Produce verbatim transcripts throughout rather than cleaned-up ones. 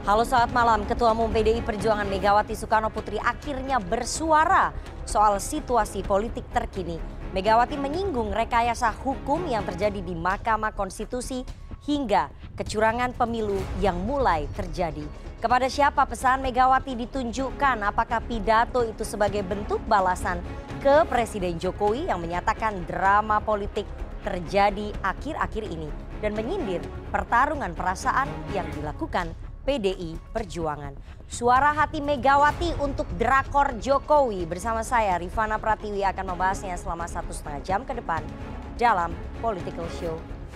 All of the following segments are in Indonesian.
Halo, selamat malam. Ketua Umum P D I Perjuangan Megawati Soekarno Putri akhirnya bersuara soal situasi politik terkini. Megawati menyinggung rekayasa hukum yang terjadi di Mahkamah Konstitusi hingga kecurangan pemilu yang mulai terjadi. Kepada siapa pesan Megawati ditunjukkan? Apakah pidato itu sebagai bentuk balasan ke Presiden Jokowi yang menyatakan drama politik terjadi akhir-akhir ini dan menyindir pertarungan perasaan yang dilakukan P D I Perjuangan. Suara hati Megawati untuk drakor Jokowi. Bersama saya Rifana Pratiwi akan membahasnya selama satu setengah jam ke depan dalam Political Show.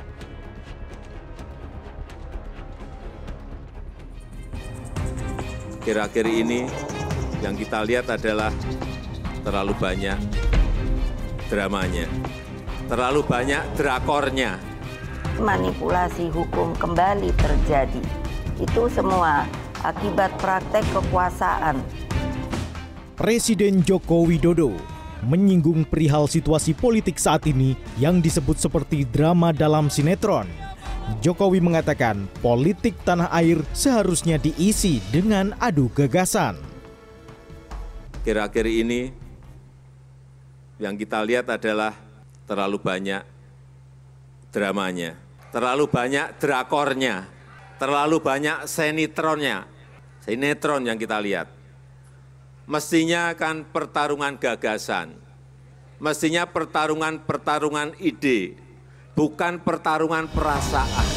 Akhir-akhir ini yang kita lihat adalah terlalu banyak dramanya, terlalu banyak drakornya. Manipulasi hukum kembali terjadi. Itu semua akibat praktek kekuasaan. Presiden Joko Widodo menyinggung perihal situasi politik saat ini yang disebut seperti drama dalam sinetron. Jokowi mengatakan politik tanah air seharusnya diisi dengan adu gagasan. Akhir-akhir ini yang kita lihat adalah terlalu banyak dramanya, terlalu banyak drakornya, terlalu banyak sinetronnya, sinetron yang kita lihat. Mestinya kan pertarungan gagasan, mestinya pertarungan-pertarungan ide, bukan pertarungan perasaan.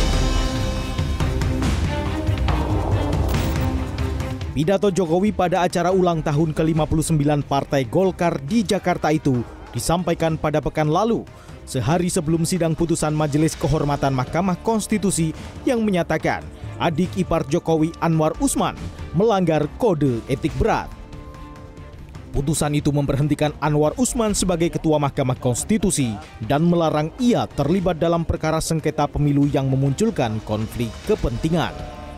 Pidato Jokowi pada acara ulang tahun ke lima puluh sembilan Partai Golkar di Jakarta itu disampaikan pada pekan lalu, sehari sebelum sidang putusan Majelis Kehormatan Mahkamah Konstitusi yang menyatakan adik ipar Jokowi Anwar Usman melanggar kode etik berat. Putusan itu memberhentikan Anwar Usman sebagai Ketua Mahkamah Konstitusi dan melarang ia terlibat dalam perkara sengketa pemilu yang memunculkan konflik kepentingan.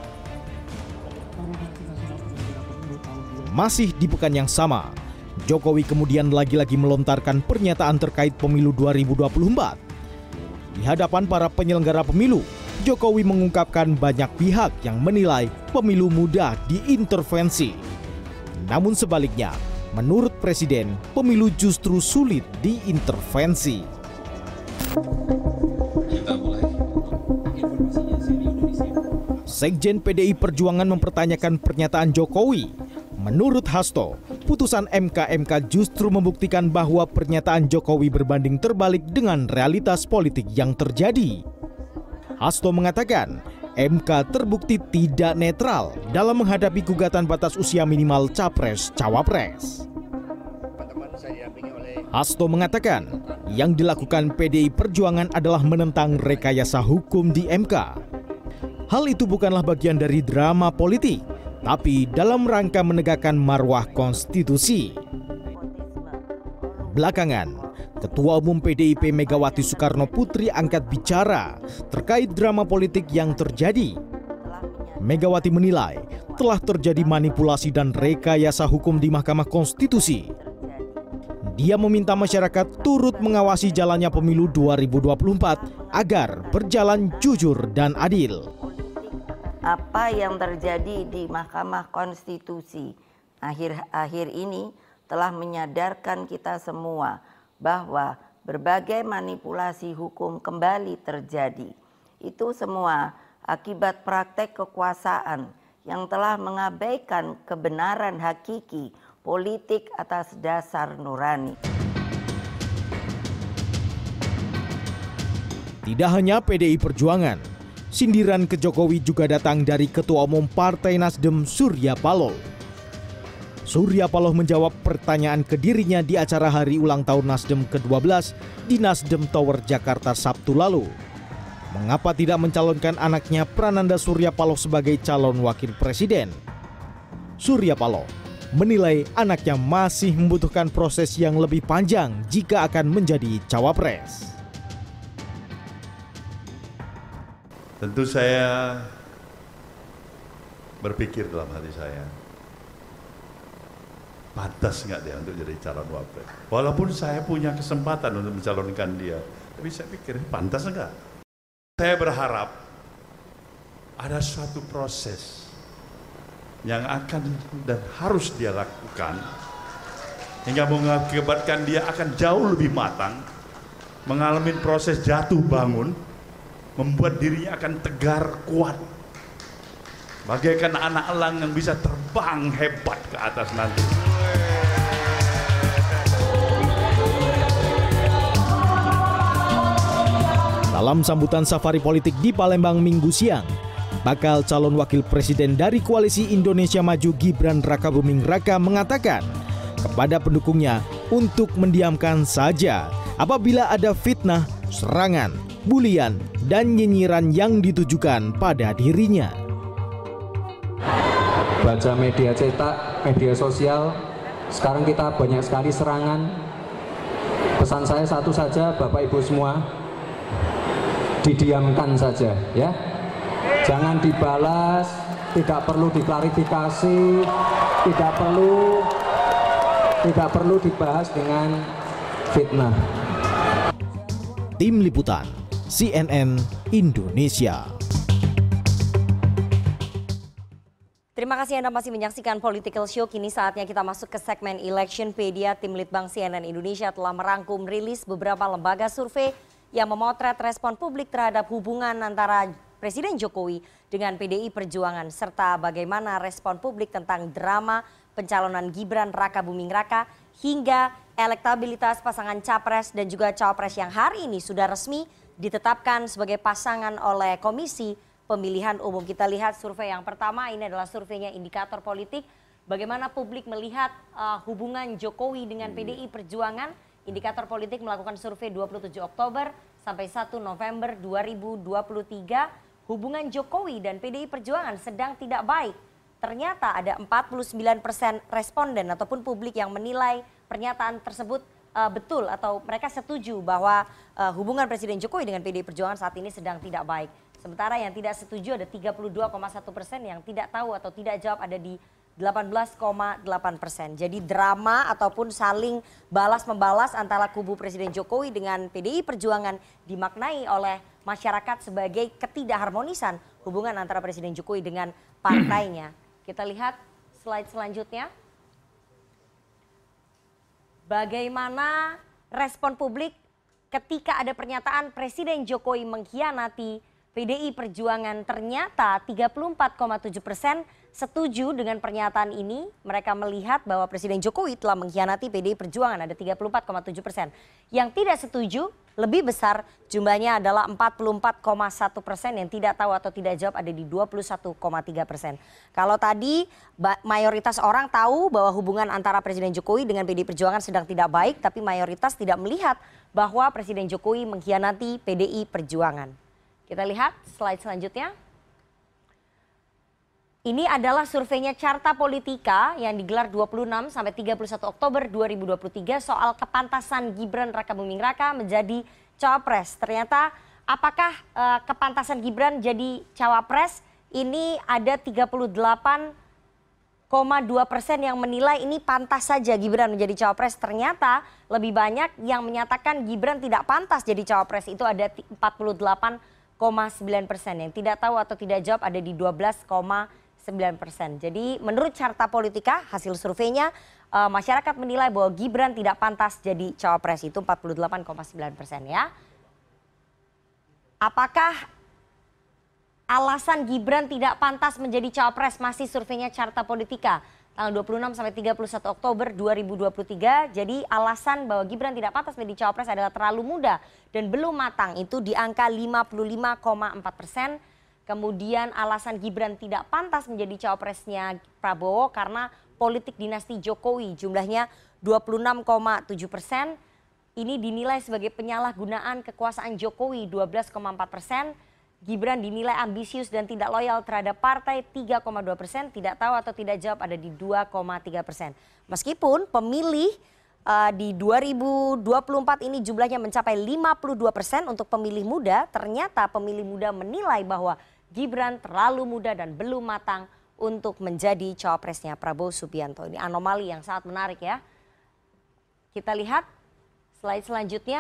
Masih di pekan yang sama, Jokowi kemudian lagi-lagi melontarkan pernyataan terkait pemilu dua ribu dua puluh empat. Di hadapan para penyelenggara pemilu, Jokowi mengungkapkan banyak pihak yang menilai pemilu mudah diintervensi. Namun sebaliknya, menurut Presiden, pemilu justru sulit diintervensi. Sekjen P D I Perjuangan mempertanyakan pernyataan Jokowi. Menurut Hasto, putusan M K M K justru membuktikan bahwa pernyataan Jokowi berbanding terbalik dengan realitas politik yang terjadi. Hasto mengatakan, M K terbukti tidak netral dalam menghadapi gugatan batas usia minimal Capres-Cawapres. Hasto mengatakan, yang dilakukan P D I Perjuangan adalah menentang rekayasa hukum di M K. Hal itu bukanlah bagian dari drama politik, tapi dalam rangka menegakkan marwah konstitusi. Belakangan, Ketua Umum P D I P Megawati Soekarno Putri angkat bicara terkait drama politik yang terjadi. Megawati menilai telah terjadi manipulasi dan rekayasa hukum di Mahkamah Konstitusi. Dia meminta masyarakat turut mengawasi jalannya pemilu dua ribu dua puluh empat agar berjalan jujur dan adil. Apa yang terjadi di Mahkamah Konstitusi akhir-akhir ini telah menyadarkan kita semua bahwa berbagai manipulasi hukum kembali terjadi. Itu semua akibat praktek kekuasaan yang telah mengabaikan kebenaran hakiki politik atas dasar nurani. Tidak hanya P D I Perjuangan, sindiran ke Jokowi juga datang dari Ketua Umum Partai Nasdem Surya Paloh. Surya Paloh menjawab pertanyaan ke dirinya di acara hari ulang tahun Nasdem ke dua belas di Nasdem Tower Jakarta Sabtu lalu. Mengapa tidak mencalonkan anaknya Prananda Surya Paloh sebagai calon wakil presiden? Surya Paloh menilai anaknya masih membutuhkan proses yang lebih panjang jika akan menjadi cawapres. Tentu saya berpikir dalam hati saya, pantas nggak dia untuk jadi calon wapres? Walaupun saya punya kesempatan untuk mencalonkan dia, tapi saya pikir pantas enggak? Saya berharap ada suatu proses yang akan dan harus dia lakukan, hingga mengakibatkan dia akan jauh lebih matang, mengalami proses jatuh bangun, membuat dirinya akan tegar kuat, bagaikan anak elang yang bisa terbang hebat ke atas nanti. Dalam sambutan safari politik di Palembang Minggu siang, bakal calon wakil presiden dari Koalisi Indonesia Maju Gibran Rakabuming Raka mengatakan kepada pendukungnya untuk mendiamkan saja apabila ada fitnah, serangan, bulian, dan nyinyiran yang ditujukan pada dirinya. Baca media cetak, media sosial, sekarang kita banyak sekali serangan. Pesan saya satu saja, Bapak Ibu semua, didiamkan saja ya. Jangan dibalas, tidak perlu diklarifikasi, tidak perlu tidak perlu dibahas dengan fitnah. Tim Liputan C N N Indonesia. Terima kasih Anda masih menyaksikan Political Show. Kini saatnya kita masuk ke segmen Electionpedia. Tim Litbang C N N Indonesia telah merangkum rilis beberapa lembaga survei yang memotret respon publik terhadap hubungan antara Presiden Jokowi dengan P D I Perjuangan serta bagaimana respon publik tentang drama pencalonan Gibran Rakabuming Raka hingga elektabilitas pasangan capres dan juga cawapres yang hari ini sudah resmi ditetapkan sebagai pasangan oleh Komisi Pemilihan Umum. Kita lihat survei yang pertama, ini adalah surveinya Indikator Politik. Bagaimana publik melihat uh, hubungan Jokowi dengan P D I Perjuangan. Indikator Politik melakukan survei dua puluh tujuh Oktober sampai satu November dua ribu dua puluh tiga. Hubungan Jokowi dan P D I Perjuangan sedang tidak baik. Ternyata ada empat puluh sembilan persen responden ataupun publik yang menilai pernyataan tersebut uh, betul atau mereka setuju bahwa uh, hubungan Presiden Jokowi dengan P D I Perjuangan saat ini sedang tidak baik. Sementara yang tidak setuju ada tiga puluh dua koma satu persen, yang tidak tahu atau tidak jawab ada di delapan belas koma delapan persen. Jadi drama ataupun saling balas-membalas antara kubu Presiden Jokowi dengan P D I Perjuangan dimaknai oleh masyarakat sebagai ketidakharmonisan hubungan antara Presiden Jokowi dengan partainya. Kita lihat slide selanjutnya. Bagaimana respon publik ketika ada pernyataan Presiden Jokowi mengkhianati P D I Perjuangan. Ternyata tiga puluh empat koma tujuh persen setuju dengan pernyataan ini. Mereka melihat bahwa Presiden Jokowi telah mengkhianati P D I Perjuangan, ada tiga puluh empat koma tujuh persen. Yang tidak setuju lebih besar, jumlahnya adalah empat puluh empat koma satu persen, yang tidak tahu atau tidak jawab ada di dua puluh satu koma tiga persen. Kalau tadi mayoritas orang tahu bahwa hubungan antara Presiden Jokowi dengan P D I Perjuangan sedang tidak baik, tapi mayoritas tidak melihat bahwa Presiden Jokowi mengkhianati P D I Perjuangan. Kita lihat slide selanjutnya. Ini adalah surveinya Carta Politika yang digelar dua puluh enam sampai tiga puluh satu Oktober dua ribu dua puluh tiga soal kepantasan Gibran Rakabuming Raka menjadi cawapres. Ternyata apakah uh, kepantasan Gibran jadi cawapres? Ini ada tiga puluh delapan koma dua persen yang menilai ini pantas saja Gibran menjadi cawapres. Ternyata lebih banyak yang menyatakan Gibran tidak pantas jadi cawapres. Itu ada empat puluh delapan koma sembilan persen. Yang tidak tahu atau tidak jawab ada di dua belas koma sembilan persen. Jadi menurut Carta Politika hasil surveinya uh, masyarakat menilai bahwa Gibran tidak pantas jadi cawapres, itu empat puluh delapan koma sembilan persen ya. Apakah alasan Gibran tidak pantas menjadi cawapres? Masih surveinya Carta Politika tanggal dua puluh enam sampai tiga puluh satu Oktober dua ribu dua puluh tiga. Jadi alasan bahwa Gibran tidak pantas menjadi cawapres adalah terlalu muda dan belum matang, itu di angka lima puluh lima koma empat persen. Kemudian alasan Gibran tidak pantas menjadi cawapresnya Prabowo karena politik dinasti Jokowi, jumlahnya dua puluh enam koma tujuh persen. Ini dinilai sebagai penyalahgunaan kekuasaan Jokowi, dua belas koma empat persen. Gibran dinilai ambisius dan tidak loyal terhadap partai, tiga koma dua persen. Tidak tahu atau tidak jawab ada di dua koma tiga persen. Meskipun pemilih uh, di dua ribu dua puluh empat ini jumlahnya mencapai lima puluh dua persen untuk pemilih muda, ternyata pemilih muda menilai bahwa Gibran terlalu muda dan belum matang untuk menjadi cawapresnya Prabowo Subianto. Ini anomali yang sangat menarik ya. Kita lihat slide selanjutnya.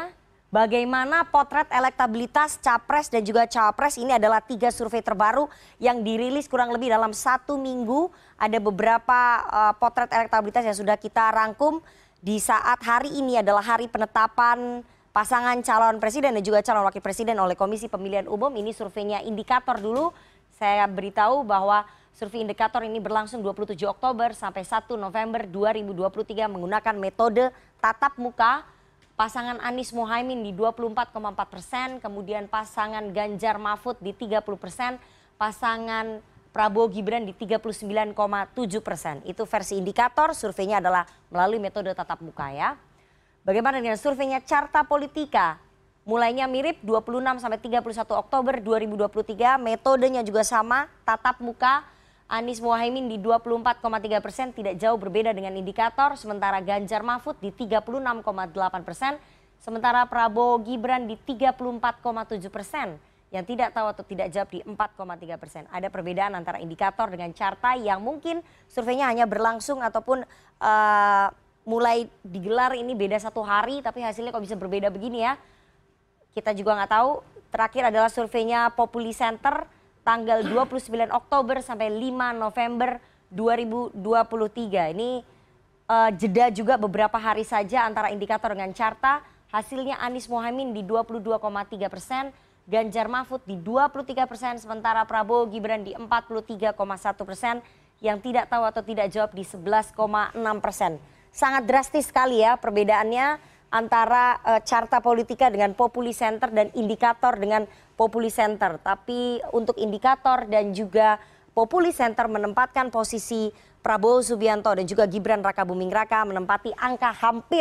Bagaimana potret elektabilitas capres dan juga cawapres? Ini adalah tiga survei terbaru yang dirilis kurang lebih dalam satu minggu. Ada beberapa uh, potret elektabilitas yang sudah kita rangkum di saat hari ini adalah hari penetapan pasangan calon presiden dan juga calon wakil presiden oleh Komisi Pemilihan Umum. Ini surveinya Indikator dulu. Saya beritahu bahwa survei Indikator ini berlangsung dua puluh tujuh Oktober sampai satu November dua ribu dua puluh tiga menggunakan metode tatap muka. Pasangan Anies Mohaimin di dua puluh empat koma empat persen, kemudian pasangan Ganjar Mahfud di tiga puluh persen, pasangan Prabowo Gibran di tiga puluh sembilan koma tujuh persen. Itu versi Indikator, surveinya adalah melalui metode tatap muka ya. Bagaimana dengan surveinya Carta Politika? Mulainya mirip dua puluh enam sampai tiga puluh satu Oktober dua ribu dua puluh tiga, metodenya juga sama, tatap muka. Anies Mohaimin di dua puluh empat koma tiga persen, tidak jauh berbeda dengan Indikator. Sementara Ganjar Mahfud di tiga puluh enam koma delapan persen. Sementara Prabowo Gibran di tiga puluh empat koma tujuh persen. Yang tidak tahu atau tidak jawab di empat koma tiga persen. Ada perbedaan antara Indikator dengan Carta yang mungkin surveinya hanya berlangsung ataupun uh, mulai digelar ini beda satu hari. Tapi hasilnya kok bisa berbeda begini ya. Kita juga nggak tahu. Terakhir adalah surveinya Populi Center tanggal dua puluh sembilan Oktober sampai lima November dua ribu dua puluh tiga. Ini uh, jeda juga beberapa hari saja antara Indikator dengan Carta. Hasilnya Anies Mohaimin di dua puluh dua koma tiga persen, Ganjar Mahfud di dua puluh tiga persen, sementara Prabowo Gibran di empat puluh tiga koma satu persen, yang tidak tahu atau tidak jawab di sebelas koma enam persen. Sangat drastis sekali ya perbedaannya antara uh, Carta Politika dengan Populi Center dan Indikator dengan Populi Center. Tapi untuk Indikator dan juga Populi Center menempatkan posisi Prabowo Subianto dan juga Gibran Rakabuming Raka menempati angka hampir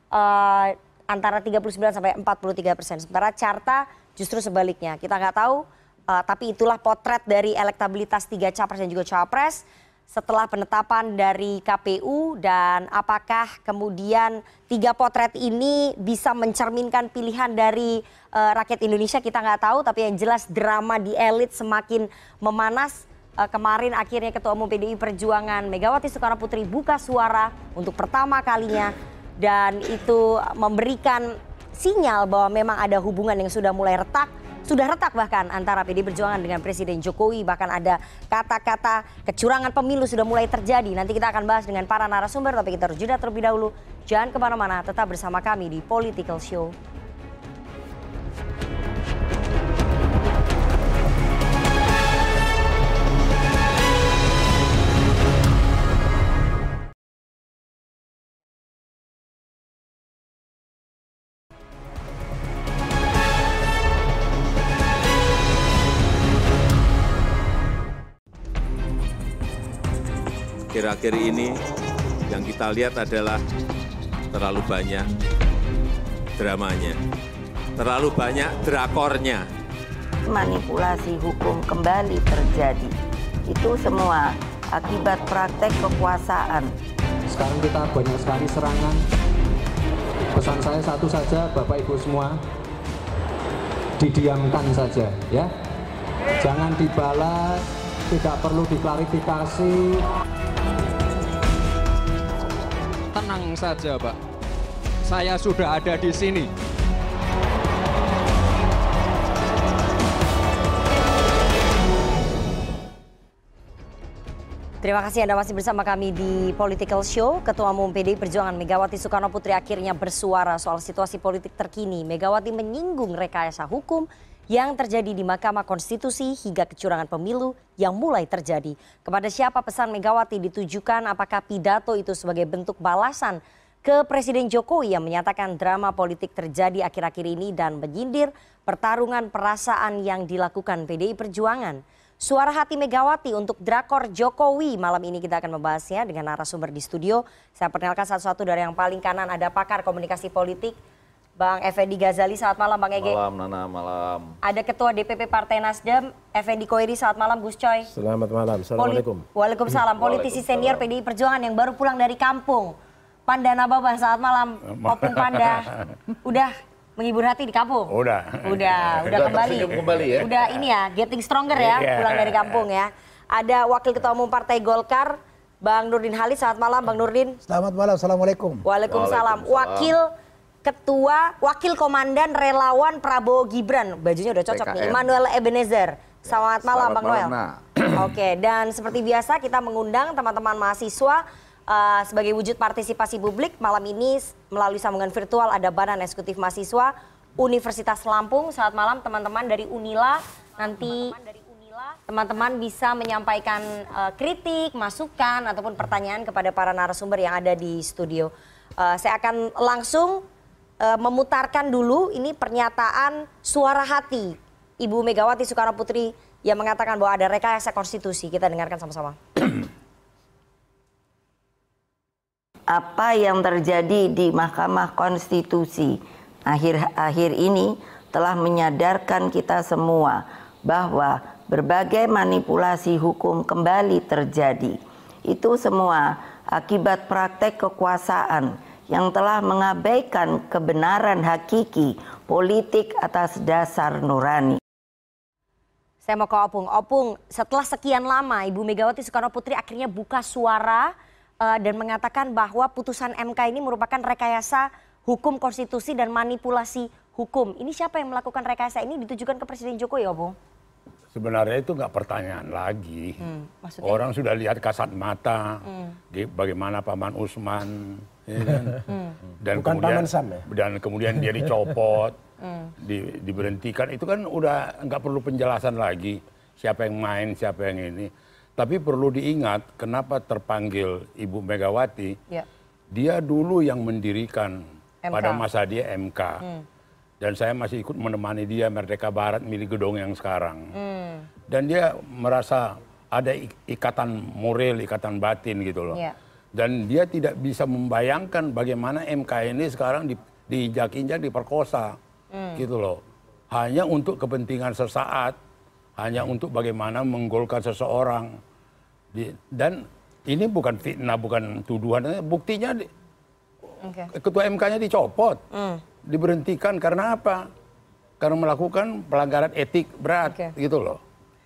uh, antara tiga puluh sembilan sampai empat puluh tiga persen. Sementara Carta justru sebaliknya. Kita nggak tahu, uh, tapi itulah potret dari elektabilitas tiga capres dan juga cawapres setelah penetapan dari K P U. Dan apakah kemudian tiga potret ini bisa mencerminkan pilihan dari uh, rakyat Indonesia, kita nggak tahu. Tapi yang jelas drama di elit semakin memanas. Uh, kemarin akhirnya Ketua Umum P D I Perjuangan Megawati Soekarno Putri buka suara untuk pertama kalinya. Dan itu memberikan sinyal bahwa memang ada hubungan yang sudah mulai retak. Sudah retak bahkan antara P D I Perjuangan dengan Presiden Jokowi. Bahkan ada kata-kata kecurangan pemilu sudah mulai terjadi. Nanti kita akan bahas dengan para narasumber. Tapi kita harus jeda terlebih dahulu. Jangan kemana-mana, tetap bersama kami di Political Show. Akhir-akhir ini yang kita lihat adalah terlalu banyak dramanya, terlalu banyak drakornya. Manipulasi hukum kembali terjadi. Itu semua akibat praktek kekuasaan. Sekarang kita banyak sekali serangan. Pesan saya satu saja, Bapak Ibu semua, didiamkan saja ya. Jangan dibalas, tidak perlu diklarifikasi. Tenang saja, Pak. Saya sudah ada di sini. Terima kasih Anda masih bersama kami di Political Show. Ketua Umum P D I Perjuangan Megawati Soekarno Putri akhirnya bersuara soal situasi politik terkini. Megawati menyinggung rekayasa hukum yang terjadi di Mahkamah Konstitusi hingga kecurangan pemilu yang mulai terjadi. Kepada siapa pesan Megawati ditujukan? Apakah pidato itu sebagai bentuk balasan ke Presiden Jokowi yang menyatakan drama politik terjadi akhir-akhir ini dan menyindir pertarungan perasaan yang dilakukan P D I Perjuangan? Suara hati Megawati untuk drakor Jokowi. Malam ini kita akan membahasnya dengan narasumber di studio. Saya perkenalkan satu-satu dari yang paling kanan, ada pakar komunikasi politik Bang Effendi Ghazali. Selamat malam Bang Ege. Malam Nana, malam. Ada Ketua D P P Partai Nasdem Effendi Koiri. Selamat malam Gus Coy. Selamat malam. Assalamualaikum. Poli Waalaikumsalam. Politisi senior P D I Perjuangan yang baru pulang dari kampung. Panda Nababan. Selamat malam Opung Panda. Udah menghibur hati di kampung? Udah. Udah, udah kembali. kembali ya. Udah ini ya, getting stronger ya, yeah. pulang dari kampung ya. Ada Wakil Ketua Umum Partai Golkar Bang Nurdin Halid. Selamat malam Bang Nurdin. Selamat malam. Assalamualaikum. Waalaikumsalam. Wakil Ketua Wakil Komandan Relawan Prabowo Gibran. Bajunya udah cocok P K M nih, Immanuel Ebenezer. Selamat malam Bang Noel. Oke, dan seperti biasa kita mengundang teman-teman mahasiswa uh, sebagai wujud partisipasi publik. Malam ini melalui sambungan virtual ada Badan Eksekutif Mahasiswa Universitas Lampung. Selamat malam teman-teman dari Unila. Nanti teman-teman bisa menyampaikan uh, kritik, masukan, ataupun pertanyaan kepada para narasumber yang ada di studio. Uh, saya akan langsung uh, memutarkan dulu ini pernyataan suara hati Ibu Megawati Soekarno Putri yang mengatakan bahwa ada rekayasa konstitusi. Kita dengarkan sama-sama. Apa yang terjadi di Mahkamah Konstitusi akhir-akhir ini telah menyadarkan kita semua bahwa berbagai manipulasi hukum kembali terjadi. Itu semua akibat praktek kekuasaan yang telah mengabaikan kebenaran hakiki politik atas dasar nurani. Saya mau ke Opung. Opung, setelah sekian lama Ibu Megawati Soekarno Putri akhirnya buka suara uh, dan mengatakan bahwa putusan M K ini merupakan rekayasa hukum konstitusi dan manipulasi hukum. Ini siapa yang melakukan rekayasa ini ditujukan ke Presiden Jokowi, Opung? Sebenarnya itu nggak pertanyaan lagi. Hmm, Orang sudah lihat kasat mata, hmm. di, bagaimana Paman Usman, ya kan? hmm. dan Bukan kemudian Paman Sam, ya? dan kemudian dia dicopot, hmm. di, diberhentikan. Itu kan udah nggak perlu penjelasan lagi siapa yang main, siapa yang ini. Tapi perlu diingat kenapa terpanggil Ibu Megawati. Ya. Dia dulu yang mendirikan M K. Pada masa dia M K. Hmm. Dan saya masih ikut menemani dia Merdeka Barat milik gedung yang sekarang. Hmm. Dan dia merasa ada ikatan moral, ikatan batin gitu loh. Yeah. Dan dia tidak bisa membayangkan bagaimana M K ini sekarang di, diinjak-injak, diperkosa. Hmm. Gitu loh. Hanya untuk kepentingan sesaat, hanya untuk bagaimana menggolkan seseorang. Di, dan ini bukan fitnah, bukan tuduhan. Buktinya di, okay. Ketua M K-nya dicopot. Hmm. Diberhentikan karena apa? Karena melakukan pelanggaran etik berat, okay. gitu loh.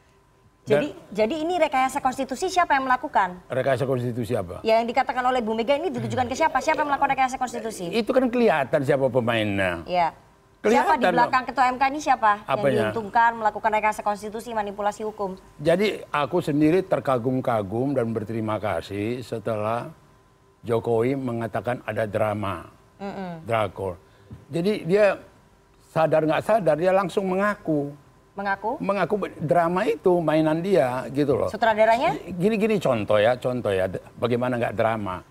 Jadi, Dan, jadi ini rekayasa konstitusi siapa yang melakukan? Rekayasa konstitusi apa? Ya, yang dikatakan oleh Bu Mega ini ditujukan ke siapa? Siapa yang melakukan rekayasa konstitusi? Itu kan kelihatan siapa pemainnya. Ya. Siapa di belakang Ketua M K ini siapa? Apanya? Yang diuntungkan melakukan rekayasa konstitusi, manipulasi hukum? Jadi aku sendiri terkagum-kagum dan berterima kasih setelah Jokowi mengatakan ada drama, mm-mm. drakor. Jadi dia sadar nggak sadar dia langsung mengaku. Mengaku? Mengaku drama itu mainan dia gitu loh. Sutradaranya? Gini-gini contoh ya, contoh ya bagaimana nggak drama.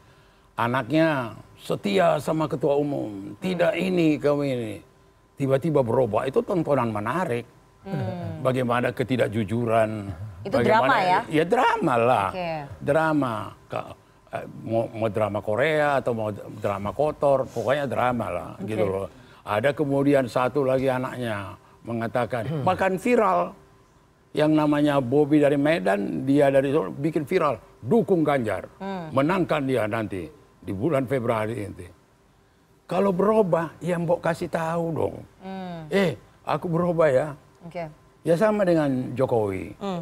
Anaknya setia sama ketua umum, tidak hmm. ini kamu ini. Tiba-tiba berubah, itu tontonan menarik. Hmm. Bagaimana ketidakjujuran. Itu bagaimana, drama ya? Ya drama lah. Okay. Drama. Mau, mau drama Korea atau mau drama kotor, pokoknya drama lah, okay. gitu loh. Ada kemudian satu lagi anaknya mengatakan, hmm. bahkan viral, yang namanya Bobby dari Medan, dia dari Solo, bikin viral, dukung Ganjar, hmm. menangkan dia nanti di bulan Februari nanti. Kalau berubah, ya mbok kasih tahu dong. Hmm. Eh, aku berubah ya. Okay. Ya sama dengan Jokowi. Hmm.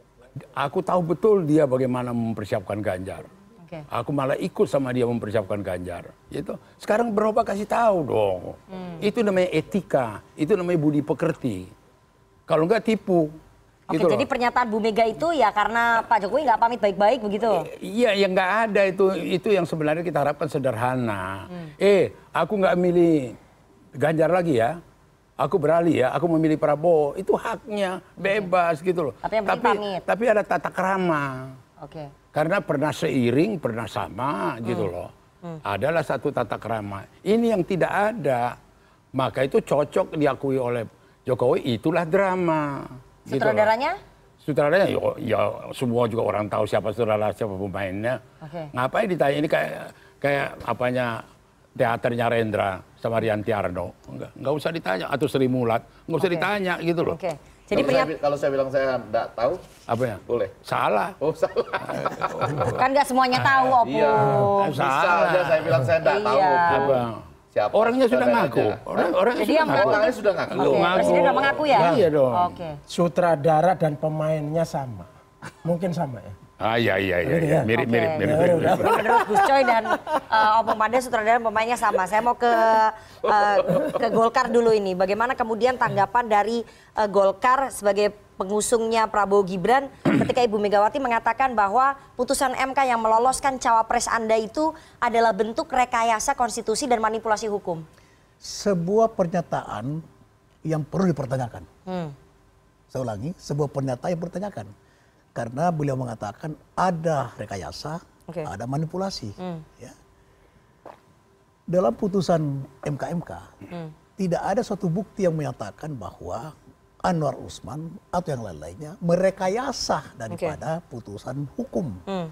Aku tahu betul dia bagaimana mempersiapkan Ganjar. Aku malah ikut sama dia mempersiapkan Ganjar. Itu sekarang berubah kasih tahu dong. Hmm. Itu namanya etika, itu namanya budi pekerti. Kalau enggak tipu. Oke, gitu jadi loh. Pernyataan Bu Mega itu ya karena Pak Jokowi nggak pamit baik-baik begitu? Iya, yang nggak ada itu itu yang sebenarnya kita harapkan sederhana. Hmm. Eh, aku nggak milih Ganjar lagi ya. Aku beralih ya, aku memilih Prabowo. Itu haknya, bebas okay. gitu loh. Tapi yang tapi, pamit. tapi ada tata krama. Oke. Okay. Karena pernah seiring, pernah sama gitu hmm. loh. Hmm. Adalah satu tata krama. Ini yang tidak ada. Maka itu cocok diakui oleh Jokowi, itulah drama. Sutradaranya? Gitu sutradaranya ya, ya semua juga orang tahu siapa sutradara, siapa pemainnya. Okay. Ngapain ditanya, ini kayak kayak apanya teaternya Rendra sama Rianti Arno. Enggak, enggak usah ditanya. Atau Sri Mulat, enggak usah okay. ditanya gitu loh. Okay. Jadi kalau, saya, kalau saya bilang saya enggak tahu, apa ya? Boleh. Salah. Oh, salah. Kan enggak semuanya tahu, Opung. Iya. Salah. Bisa aja saya bilang saya enggak iya. tahu. Apa? Siapa? Orangnya sudah ngaku. Orang, orangnya Jadi sudah ngaku. Orangnya sudah ngaku. Okay. ngaku. Presiden sudah mengaku ya? Iya dong. Oke. Okay. Sutradara dan pemainnya sama. Mungkin sama ya? Ah iya iya iya, iya. mirip, mirip mirip mirip mirip. Menurut Gus Coy dan uh, Opung Panda sutradara pemainnya sama. Saya mau ke uh, ke Golkar dulu ini. Bagaimana kemudian tanggapan dari uh, Golkar sebagai pengusungnya Prabowo Gibran ketika Ibu Megawati mengatakan bahwa putusan M K yang meloloskan cawapres Anda itu adalah bentuk rekayasa konstitusi dan manipulasi hukum? Sebuah pernyataan yang perlu dipertanyakan. Hmm. Saya ulangi, sebuah pernyataan yang dipertanyakan. Karena beliau mengatakan ada rekayasa, okay. ada manipulasi. Hmm. Ya. Dalam putusan M K M K, hmm. tidak ada suatu bukti yang menyatakan bahwa Anwar Usman atau yang lain-lainnya merekayasa daripada okay. putusan hukum. Hmm.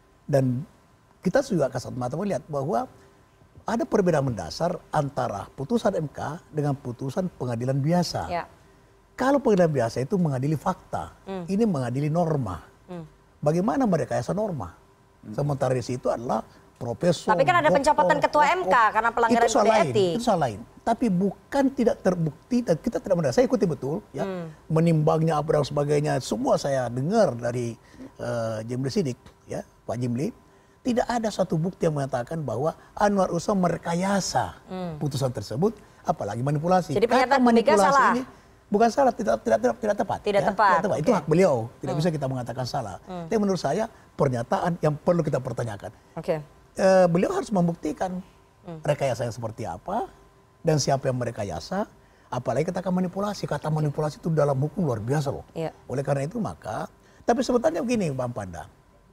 Dan kita juga kasat mata melihat bahwa ada perbedaan mendasar antara putusan M K dengan putusan pengadilan biasa. Ya. Kalau pengadilan biasa itu mengadili fakta, hmm. ini mengadili norma. Hmm. Bagaimana merekayasa norma? Hmm. Sementara di situ adalah profesor. Tapi kan ada doktor, pencopotan ketua doktor, M K karena pelanggaran kode etik. Itu soal lain. Tapi bukan tidak terbukti dan kita tidak mendengar. Saya ikuti betul, ya, hmm. menimbangnya apa dan sebagainya. Semua saya dengar dari uh, Jimli Sidik, ya, Pak Jimli. Tidak ada satu bukti yang mengatakan bahwa Anwar Usman merekayasa hmm. putusan tersebut, apalagi manipulasi. Jadi pernyataan manipulasi salah. Ini bukan salah, tidak tidak tidak, tidak tepat. Tidak ya, tepat. Tidak tepat. Okay. Itu hak beliau, tidak hmm. bisa kita mengatakan salah. Hmm. Tapi menurut saya pernyataan yang perlu kita pertanyakan. Oke. Okay. Uh, beliau harus membuktikan hmm. rekayasa yang seperti apa dan siapa yang merekayasa. Apalagi katakan manipulasi. Kata manipulasi itu dalam hukum luar biasa loh. Yeah. Oleh karena itu maka, tapi sebetulnya begini Bang Panda.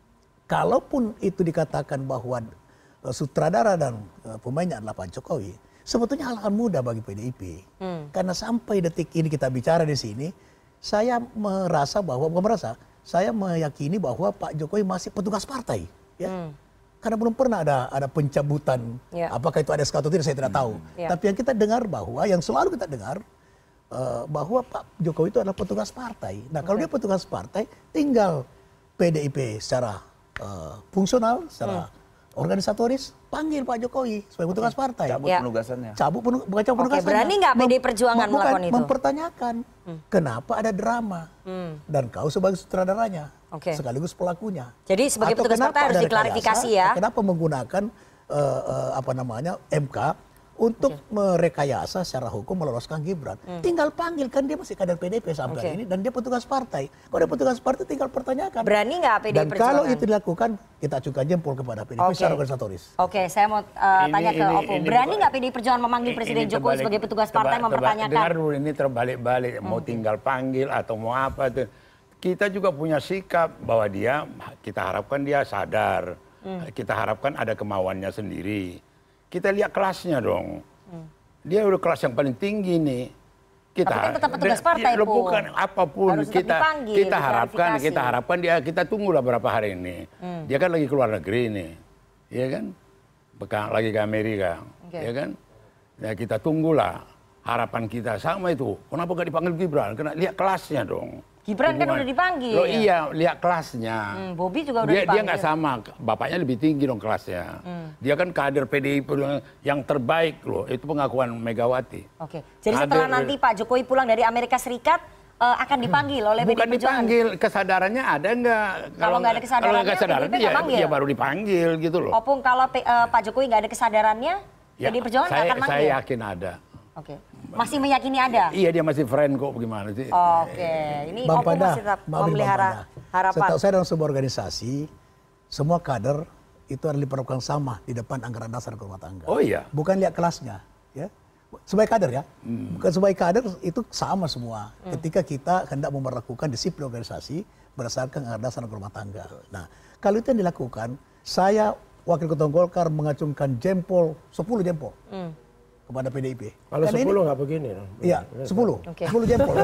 Kalaupun itu dikatakan bahwa uh, sutradara dan uh, pemainnya adalah Pak Jokowi, sebetulnya hal-hal mudah bagi P D I P. Hmm. Karena sampai detik ini kita bicara di sini, saya merasa bahwa, bukan merasa, saya meyakini bahwa Pak Jokowi masih petugas partai. Ya. Hmm. Karena belum pernah ada ada pencabutan, ya. Apakah itu ada S K atau tidak saya tidak tahu. Hmm. Ya. Tapi yang kita dengar bahwa, yang selalu kita dengar, uh, bahwa Pak Jokowi itu adalah petugas partai. Nah kalau okay. dia petugas partai, tinggal P D I P secara Uh, fungsional, secara hmm. organisatoris, panggil Pak Jokowi sebagai petugas partai. Cabut ya. penugasannya. Cabut penu, bukan cabut Oke, penugasannya. Berani nggak P D I Perjuangan Mem melakukan itu? Mempertanyakan hmm. kenapa ada drama hmm. dan kau sebagai sutradaranya, okay. sekaligus pelakunya. Jadi sebagai Atau petugas partai harus diklarifikasi ya. Kenapa menggunakan uh, uh, apa namanya M K untuk okay. merekayasa secara hukum meloloskan Gibran. Hmm. Tinggal panggil, kan dia masih kader P D I P sampai okay. ini dan dia petugas partai. Kalau dia petugas partai tinggal pertanyakan. Berani nggak P D I Dan Perjuangan? Kalau itu dilakukan, kita acukan jempol kepada P D I P okay. secara organisatoris. Oke, okay, saya mau uh, tanya ke Opung. Berani nggak P D I Perjuangan memanggil Presiden Jokowi terbalik, sebagai petugas partai teba, mempertanyakan? Dengar dulu, ini terbalik-balik. Hmm. Mau tinggal panggil atau mau apa itu. Kita juga punya sikap bahwa dia, kita harapkan dia sadar. Hmm. Kita harapkan ada kemauannya sendiri. Kita lihat kelasnya dong. Hmm. Dia udah kelas yang paling tinggi nih. Kita Tapi kan tetap petugas partai, dia, bukan apapun harus kita dipanggil, kita harapkan kita harapkan dia kita tunggulah berapa hari ini. Hmm. Dia kan lagi keluar negeri nih. Iya kan? Bekan lagi ke Amerika. Okay. Ya kan? Ya kita tunggulah. Harapan kita sama itu. Kenapa gak dipanggil Gibran? Karena lihat kelasnya dong. Gibran kan udah dipanggil. Loh iya, lihat kelasnya. Hmm, Bobi juga udah dia, dipanggil. Dia nggak sama, bapaknya lebih tinggi dong kelasnya. Hmm. Dia kan kader P D I Perjuangan yang terbaik loh, itu pengakuan Megawati. Oke, jadi kader, setelah nanti Pak Jokowi pulang dari Amerika Serikat, uh, akan dipanggil oleh P D I Perjuangan? Bukan dipanggil, kesadarannya ada nggak? Kalau nggak ada kesadarannya, kalau kesadarannya ya, ya baru dipanggil gitu loh. Opung, kalau uh, Pak Jokowi nggak ada kesadarannya, ya, P D I Perjuangan nggak akan manggil? Saya yakin ada. Oke. Masih meyakini ada? Iya, dia masih friend kok, bagaimana sih? Oke, ini Bang Opung Panda, masih tetap memelihara harapan. Setahu saya dalam sebuah organisasi, semua kader itu harus diperlakukan sama di depan anggaran dasar rumah tangga. Oh iya? Bukan lihat kelasnya. Ya. Sebagai kader ya, hmm. bukan sebagai kader itu sama semua. Hmm. Ketika kita hendak memperlakukan disiplin organisasi berdasarkan anggaran dasar rumah tangga. Nah, kalau itu yang dilakukan, saya Wakil Ketua Golkar mengacungkan jempol, sepuluh jempol. Hmm. kepada P D I P. Kalau sepuluh nggak begini. Iya, sepuluh. Okay. sepuluh jempol.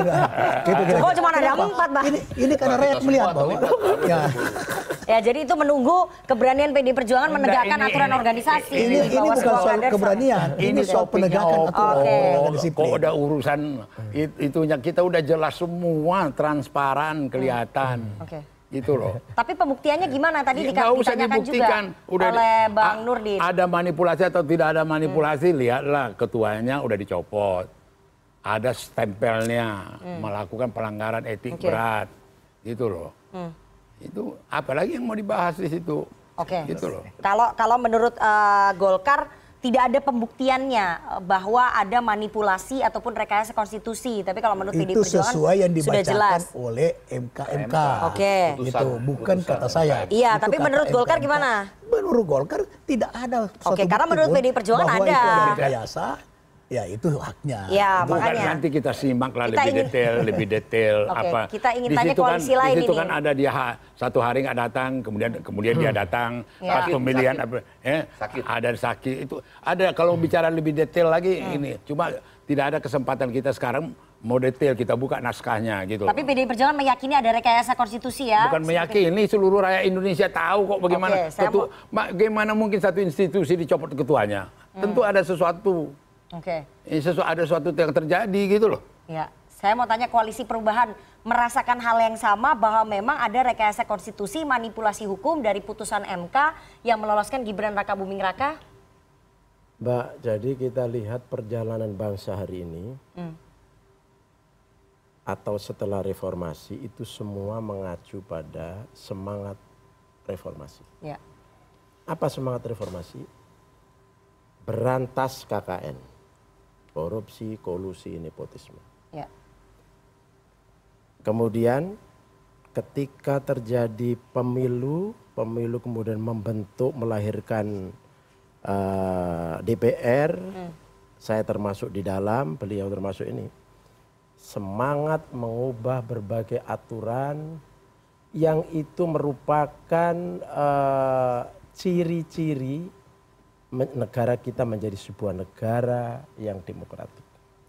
Oh, cuma ada empat, Bang. Ini, ini karena rakyat melihat bahwa. Ya. Ya, jadi itu menunggu keberanian P D I Perjuangan menegakkan ini, aturan organisasi. Ini, ini, ini bukan soal keberanian, ini, ini soal penegakan aturan okay. disiplin. Kok udah urusan it, itunya, kita udah jelas semua, transparan, kelihatan. Hmm. Oke. Okay. Gitu loh. Tapi pembuktiannya gimana tadi ya, ditanyakan juga udah oleh Bang Nurdin. Ada manipulasi atau tidak ada manipulasi, hmm. lihatlah ketuanya udah dicopot. Ada stempelnya, hmm. melakukan pelanggaran etik okay. berat. Gitu loh. Hmm. Itu apalagi yang mau dibahas di situ. Oke. Gitu loh. Kalau kalau menurut uh, Golkar tidak ada pembuktiannya bahwa ada manipulasi ataupun rekayasa konstitusi. Tapi kalau menurut P D I Perjuangan itu sesuai yang sudah jelas oleh M K M K. Oke. Itu bukan kata saya. Iya, itu tapi menurut M K M K. Golkar gimana? Menurut Golkar tidak ada. Oke, karena menurut P D I Perjuangan bahwa ada. Itu ada rekayasa. Ya itu haknya. Ya, Bukan, makanya. nanti kita simak lah Kita lebih ingin, detail, lebih detail Oke, apa. kita ingin di tanya situ koalisi kan, lain di situ ini. kan ada dia ha, satu hari nggak datang, kemudian kemudian dia datang, Ya. pas pemilihan apa, eh, Sakit. ada sakit itu ada. Kalau bicara lebih detail lagi ini, cuma tidak ada kesempatan kita sekarang mau detail kita buka naskahnya gitu. Tapi P D I Perjuangan meyakini ada rekayasa konstitusi ya. Bukan meyakini, seluruh rakyat Indonesia tahu kok bagaimana. Oke, saya Ketua, bagaimana mungkin satu institusi dicopot ketuanya? Hmm. Tentu ada sesuatu. Oke. Ini sesu, ada sesuatu yang terjadi gitu loh. Ya, saya mau tanya Koalisi Perubahan merasakan hal yang sama bahwa memang ada rekayasa konstitusi, manipulasi hukum dari putusan M K yang meloloskan Gibran Rakabuming Raka? Mbak, jadi kita lihat perjalanan bangsa hari ini hmm. atau setelah reformasi itu semua mengacu pada semangat reformasi. Ya. Apa semangat reformasi? Berantas K K N. Korupsi, kolusi, nepotisme. Ya. Kemudian ketika terjadi pemilu, pemilu kemudian membentuk, melahirkan uh, D P R, hmm. saya termasuk di dalam, beliau termasuk ini. Semangat mengubah berbagai aturan yang itu merupakan ciri-ciri uh, negara kita menjadi sebuah negara yang demokratik.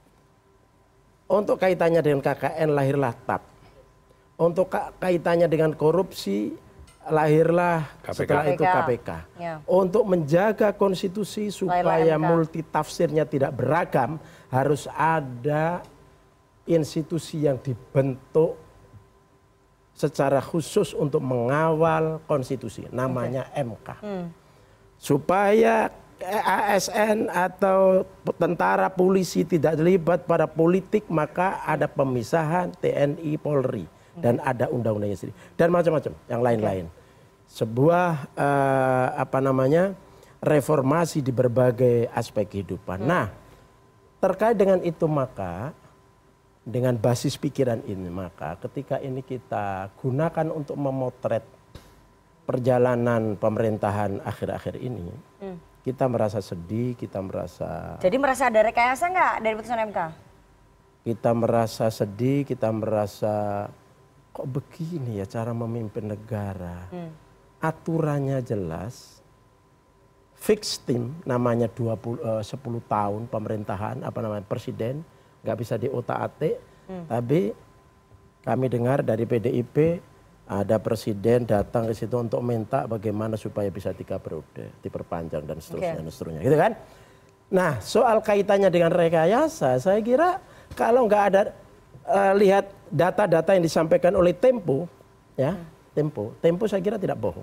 Untuk kaitannya dengan K K N lahirlah T A P. Untuk kaitannya dengan korupsi lahirlah K P K. Setelah itu K P K. Ya. Untuk menjaga konstitusi supaya multitafsirnya tidak beragam harus ada institusi yang dibentuk secara khusus untuk mengawal konstitusi. Namanya okay. M K. Hmm. Supaya A S N atau tentara polisi tidak terlibat pada politik, maka ada pemisahan T N I Polri dan ada undang-undangnya sendiri dan macam-macam yang lain-lain. Sebuah uh, apa namanya reformasi di berbagai aspek kehidupan. Hmm. Nah, terkait dengan itu maka dengan basis pikiran ini maka ketika ini kita gunakan untuk memotret perjalanan pemerintahan akhir-akhir ini, hmm. kita merasa sedih, kita merasa... Jadi merasa ada rekayasa nggak dari putusan M K? Kita merasa sedih, kita merasa kok begini ya cara memimpin negara. Hmm. Aturannya jelas, fix tim namanya dua puluh, uh, sepuluh tahun pemerintahan, apa namanya presiden, nggak bisa diotak-atik, hmm. tapi kami dengar dari P D I P, ada presiden datang ke situ untuk minta bagaimana supaya bisa tiga periode diperpanjang dan seterusnya okay. dan seterusnya, gitu kan? Nah, soal kaitannya dengan rekayasa, saya kira kalau nggak ada uh, lihat data-data yang disampaikan oleh Tempo, ya hmm. Tempo, Tempo saya kira tidak bohong.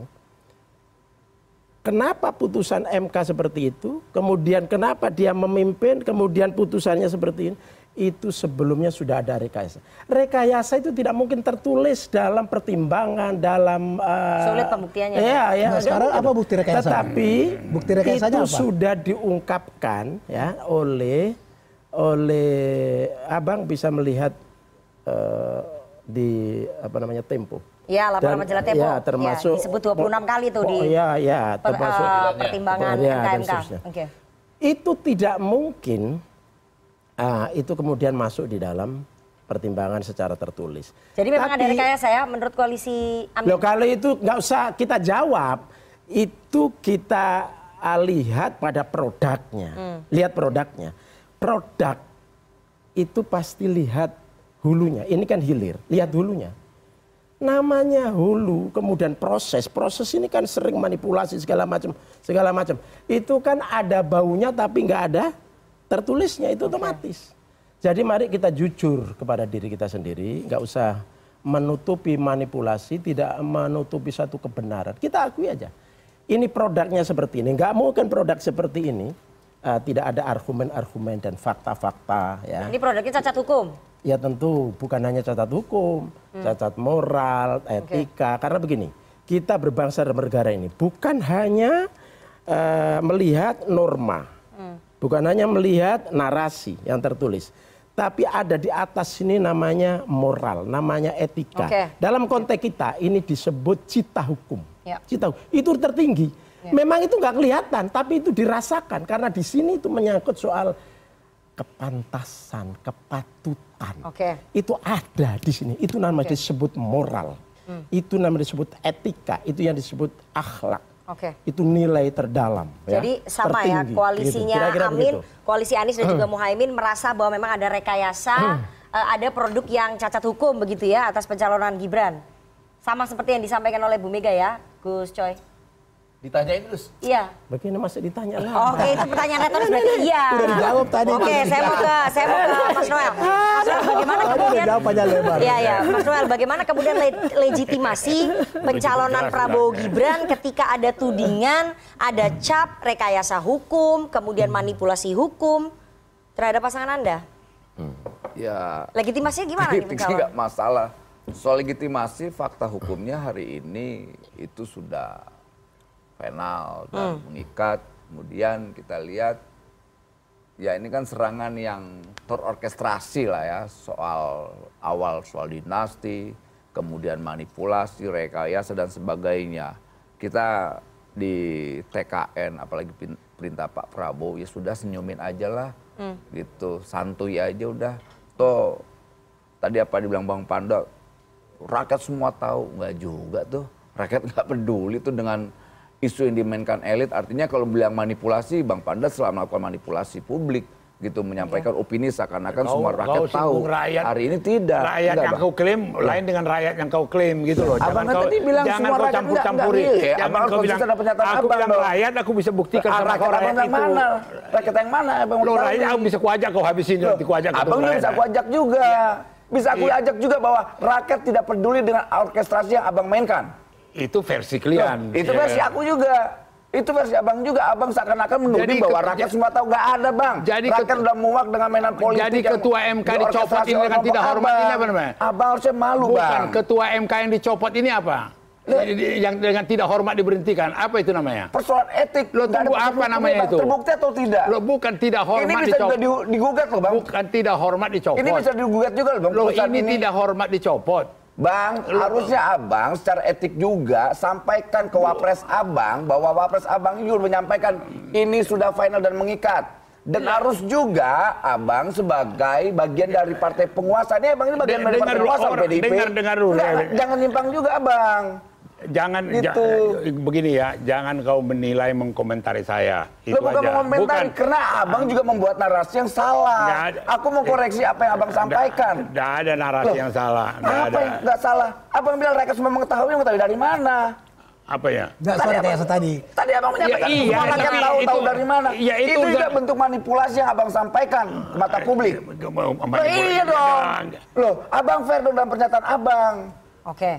Kenapa putusan M K seperti itu? Kemudian kenapa dia memimpin? Kemudian putusannya seperti ini? Itu sebelumnya sudah ada rekayasa. Rekayasa itu tidak mungkin tertulis dalam pertimbangan, dalam uh, sulit pembuktiannya. Ya, ya. Nah, sekarang apa bukti rekayasa? Tetapi bukti rekayasanya itu apa? sudah diungkapkan ya oleh oleh Abang bisa melihat uh, di apa namanya Tempo. Ya, laporan majalah Tempo. Ya, termasuk ya, disebut dua puluh enam kali tuh di ya, ya, termasuk per, uh, pertimbangan ya, M K M K. Okay. Itu tidak mungkin. Ah, itu kemudian masuk di dalam pertimbangan secara tertulis. Jadi memang Tapi, ada rekayasa ya menurut koalisi Amin? Loh, kalau itu nggak usah kita jawab, itu kita lihat pada produknya. Hmm. Lihat produknya. Produk itu pasti lihat hulunya. Ini kan hilir, lihat hulunya. Namanya hulu, kemudian proses. Proses ini kan sering manipulasi segala macam, segala macam. Itu kan ada baunya tapi nggak ada tertulisnya, itu otomatis. Okay. Jadi mari kita jujur kepada diri kita sendiri, nggak usah menutupi manipulasi, tidak menutupi satu kebenaran. Kita akui aja. Ini produknya seperti ini, nggak mungkin produk seperti ini uh, tidak ada argumen-argumen dan fakta-fakta. Ya. Ini produknya cacat hukum. Ya tentu bukan hanya cacat hukum, hmm. cacat moral, etika. Okay. Karena begini, kita berbangsa dan bernegara ini bukan hanya uh, melihat norma, hmm. bukan hanya melihat narasi yang tertulis, tapi ada di atas ini namanya moral, namanya etika. Okay. Dalam konteks kita ini disebut cita hukum. Ya. Cita hukum itu tertinggi. Ya. Memang itu nggak kelihatan, tapi itu dirasakan karena di sini itu menyangkut soal kepantasan, kepatutan. Okay. Itu ada di sini. Itu namanya okay. disebut moral. Hmm. Itu namanya disebut etika. Itu yang disebut akhlak. Okay. Itu nilai terdalam. Jadi ya, sama tertinggi, ya koalisinya gitu. Kira -kira Amin, begitu. Koalisi Anies dan juga Muhaimin merasa bahwa memang ada rekayasa, uh, ada produk yang cacat hukum begitu ya atas pencalonan Gibran. Sama seperti yang disampaikan oleh Bu Mega ya, Gus Coy. Ditanyain terus. Iya. Bagaimana masih ditanya lah. Oke, okay, itu pertanyaan retoris berarti iya. Udah dijawab tadi. Oke, okay, saya mau ke saya mau ke Mas Noel. Mas Noel, bagaimana kemudian? Iya, iya. Mas Noel, bagaimana kemudian le legitimasi pencalonan Prabowo Gibran ketika ada tudingan, ada cap rekayasa hukum, kemudian manipulasi hukum terhadap pasangan Anda? Hmm. Ya. Legitimasinya gimana nih pencalon? Enggak masalah. Soal legitimasi, fakta hukumnya hari ini itu sudah final dan hmm. mengikat. Kemudian kita lihat ya ini kan serangan yang terorkestrasi lah ya, soal awal soal dinasti, kemudian manipulasi, rekayasa dan sebagainya. Kita di T K N apalagi perintah Pak Prabowo ya sudah senyumin aja lah, hmm. gitu, santuy aja udah. Toh tadi apa dibilang Bang Panda, rakyat semua tahu, nggak juga tuh, rakyat nggak peduli tuh dengan isu yang dimainkan elit. Artinya kalau bilang manipulasi, Bang Panda selalu melakukan manipulasi publik gitu, menyampaikan ya. opini seakan-akan semua rakyat tahu. Rakyat, hari ini tidak. Rakyat enggak, yang bang. kau klaim ya. lain dengan rakyat yang kau klaim gitu loh. Abang jangan tadi bilang jangan semua kau campur-campuri. Abang kau bilang aku abang bilang loh. rakyat, aku bisa buktikan sama kau rakyat itu. Mana? Rakyat yang mana? Abang lo rakyat aku bisa kuajak kau habisin loh, kuajak. Abang juga bisa kuajak juga. Bisa aku ajak juga bahwa rakyat tidak peduli dengan orkestrasi yang abang mainkan. Itu versi kalian. Itu versi aku juga. Itu versi abang juga. Abang seakan-akan menuding bahwa rakyat semua tahu, nggak ada bang. Jadi rakyat udah muak dengan mainan politik. Jadi ketua M K dicopot ini dengan tidak hormat ini apa namanya? Abang harusnya malu bang. Bukan, ketua M K yang dicopot ini apa? Yang dengan tidak hormat diberhentikan, apa itu namanya? Persoalan etik. Lo tunggu apa namanya itu? Terbukti atau tidak? Lo bukan tidak hormat dicopot. Ini bisa juga digugat loh bang. Bukan tidak hormat dicopot. Ini bisa digugat juga loh bang. Lo ini tidak hormat dicopot. Bang, Loh. harusnya abang secara etik juga sampaikan ke wapres abang bahwa wapres abang juga menyampaikan ini sudah final dan mengikat. Dan ya. harus juga abang sebagai bagian dari partai penguasa. Ini abang ini bagian dari partai penguasa P D I P. Dengar, dengar dulu. Nah, jangan nyimpang juga abang. Jangan gitu. ja, begini ya, jangan kau menilai mengkomentari saya. Itu Lo bukan aja. mengomentari, bukan. Karena abang juga membuat narasi yang salah. Ada, Aku mau koreksi apa yang abang sampaikan. Tidak ada narasi Loh, yang salah. Gak apa ada. yang nggak salah? Abang bilang rakyat semua mengetahui, mengetahui dari mana? Apa ya? Nggak suara kayak tadi. Tadi abang menyampaikan, ya, iya, rakyat tahu, itu, tahu dari mana. Ya, itu, itu juga bentuk manipulasi yang abang sampaikan ke mata publik. Loh, iya dong. Loh, abang fair dong dalam pernyataan abang. Oke.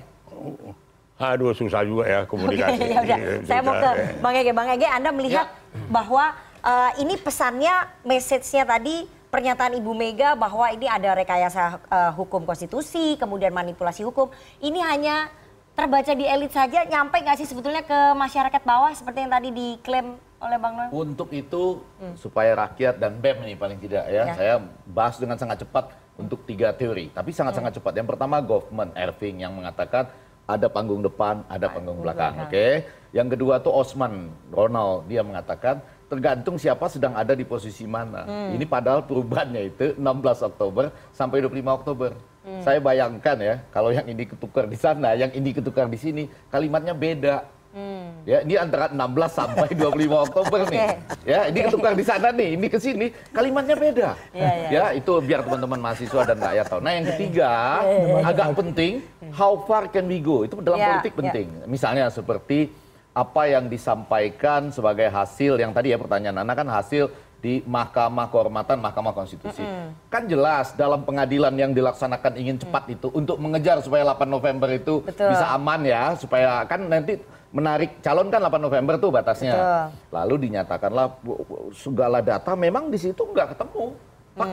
Aduh susah juga ya komunikasi. Okay, ya udah. Saya mau ke Bang Ege. Bang Ege, Anda melihat ya. bahwa uh, ini pesannya, message-nya tadi, pernyataan Ibu Mega bahwa ini ada rekayasa uh, hukum konstitusi, kemudian manipulasi hukum. Ini hanya terbaca di elit saja, nyampe nggak sih sebetulnya ke masyarakat bawah seperti yang tadi diklaim oleh Bang Noel? Untuk itu hmm. supaya rakyat dan B E M ini paling tidak ya, ya, saya bahas dengan sangat cepat untuk tiga teori, tapi sangat-sangat hmm. cepat. Yang pertama Goffman, Erving yang mengatakan ada panggung depan, ada panggung belakang, oke. Okay? Yang kedua tuh Osman Ronald, dia mengatakan tergantung siapa sedang ada di posisi mana. Hmm. Ini padahal perubahannya itu enam belas Oktober sampai dua puluh lima Oktober. Hmm. Saya bayangkan ya, kalau yang ini ketukar di sana, yang ini ketukar di sini, kalimatnya beda. Hmm. Ya, ini antara enam belas sampai dua puluh lima Oktober nih. Okay. Ya, ini ketukar di sana nih, ini ke sini, kalimatnya beda. Ya, ya. ya, itu biar teman-teman mahasiswa dan rakyat tahu. Nah, yang ketiga agak penting, how far can we go? Itu dalam ya, politik penting. Ya. Misalnya seperti apa yang disampaikan sebagai hasil yang tadi ya pertanyaan Nana kan hasil di Mahkamah Kehormatan Mahkamah Konstitusi. Mm-hmm. Kan jelas dalam pengadilan yang dilaksanakan ingin cepat mm. itu untuk mengejar supaya delapan November itu Betul. bisa aman ya, supaya kan nanti menarik calon kan delapan November tuh batasnya. Betul. Lalu dinyatakanlah segala data memang di situ nggak ketemu fakta. Mm.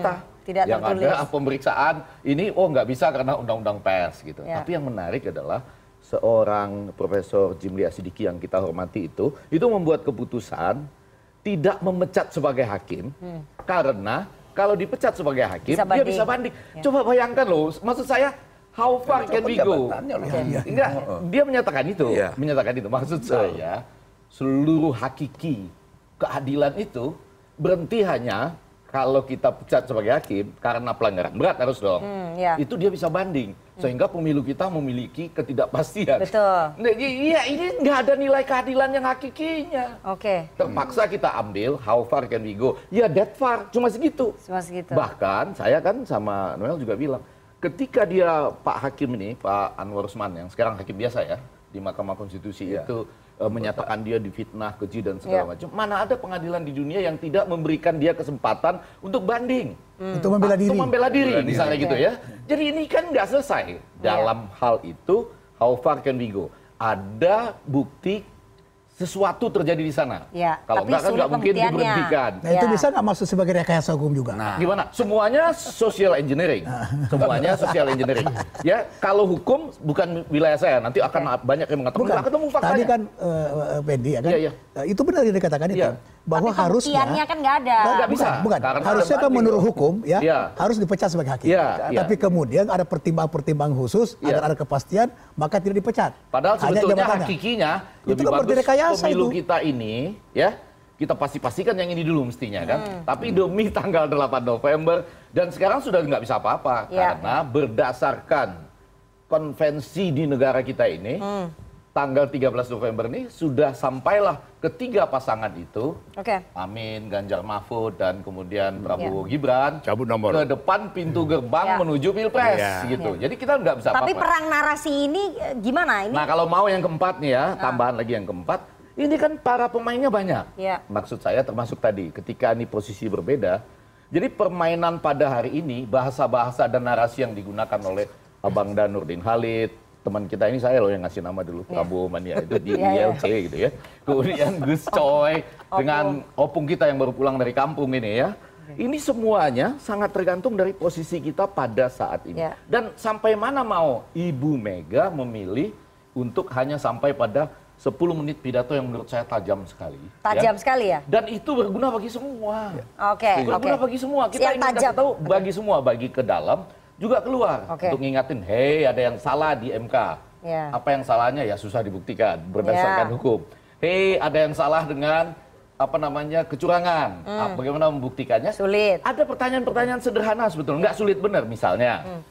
Tidak yang tertulis. Ada pemeriksaan ini oh nggak bisa karena undang-undang pers gitu. Ya. Tapi yang menarik adalah seorang Profesor Jimli Asidiki yang kita hormati itu itu membuat keputusan tidak memecat sebagai hakim hmm. karena kalau dipecat sebagai hakim bisa dia bisa banding. Ya. Coba bayangkan loh, maksud saya how far can we go? Okay. Enggak, dia menyatakan itu, ya. menyatakan itu. Maksud saya seluruh hakiki keadilan itu berhenti hanya kalau kita pecat sebagai hakim karena pelanggaran berat harus dong. Hmm, ya. Itu dia bisa banding. Sehingga pemilu kita memiliki ketidakpastian. Betul. Nah, iya ini nggak ada nilai keadilan yang hakikinya. Oke. Okay. Terpaksa kita ambil how far can we go. Ya that far, cuma segitu. Cuma segitu. Bahkan saya kan sama Noel juga bilang, ketika dia Pak Hakim ini, Pak Anwar Usman yang sekarang hakim biasa ya, di Mahkamah Konstitusi ya. itu e, menyatakan dia difitnah, keji dan segala ya. macam. Mana ada pengadilan di dunia yang tidak memberikan dia kesempatan untuk banding. Hmm. Untuk membela diri. Untuk membela diri, membela misalnya diri. gitu ya. Jadi ini kan nggak selesai. Dalam ya. hal itu, how far can we go? Ada bukti sesuatu terjadi di sana. Ya, kalau enggak kan nggak mungkin diberhentikan. Nah itu ya. bisa nggak masuk sebagai rekayasa hukum juga? Nah, gimana? Semuanya social engineering. Semuanya social engineering. Ya, kalau hukum bukan wilayah saya. Nanti akan okay. banyak yang mengatakan nggak ketemu faktanya. Tadi kan uh, Pendi ya kan? Ya, ya. Uh, itu benar yang dikatakan itu. Ya. Bahwa tapi harusnya kan nggak ada. Oh, nggak bisa. Bukan. bukan. Harusnya kan menurut hukum ya, ya harus dipecat sebagai hakim. Ya, ya. Tapi kemudian ada pertimbangan-pertimbangan khusus ya. agar ada kepastian maka tidak dipecat. Padahal sebetulnya hakikinya lebih itu bagus pemilu itu. kita ini ya kita pasti pastikan yang ini dulu mestinya kan. Hmm. Tapi demi tanggal delapan November dan sekarang sudah nggak bisa apa-apa ya. karena berdasarkan konvensi di negara kita ini. Hmm. Tanggal tiga belas November ini sudah sampailah ketiga pasangan itu, okay. Amin, Ganjar Mahfud dan kemudian Prabowo yeah. Gibran cabut nomor ke depan pintu gerbang yeah. menuju Pilpres yeah. gitu. Yeah. Jadi kita nggak bisa apa-apa. Tapi perang narasi ini gimana? Ini... Nah kalau mau yang keempat nih ya, tambahan ah. lagi yang keempat, ini kan para pemainnya banyak. Yeah. Maksud saya termasuk tadi ketika ini posisi berbeda, jadi permainan pada hari ini bahasa-bahasa dan narasi yang digunakan oleh Abang Dan Nurdin Halid. Teman kita ini saya loh yang ngasih nama dulu yeah. Prabowo Mania itu di I L C yeah. gitu ya. Kemudian Gus Coy dengan opung kita yang baru pulang dari kampung ini ya. Okay. Ini semuanya sangat tergantung dari posisi kita pada saat ini. Yeah. Dan sampai mana mau Ibu Mega memilih untuk hanya sampai pada sepuluh menit pidato yang menurut saya tajam sekali. Tajam ya. sekali ya? Dan itu berguna bagi semua. Oke. Okay. Berguna okay. bagi semua. Kita ingin kasih tahu bagi semua, bagi ke dalam. Juga keluar okay. untuk ngingatin, hei ada yang salah di M K. Yeah. Apa yang salahnya ya susah dibuktikan berdasarkan yeah. hukum. Hei ada yang salah dengan apa namanya kecurangan. Mm. Bagaimana membuktikannya? Sulit. Ada pertanyaan-pertanyaan sederhana sebetulnya, nggak sulit benar misalnya. Mm.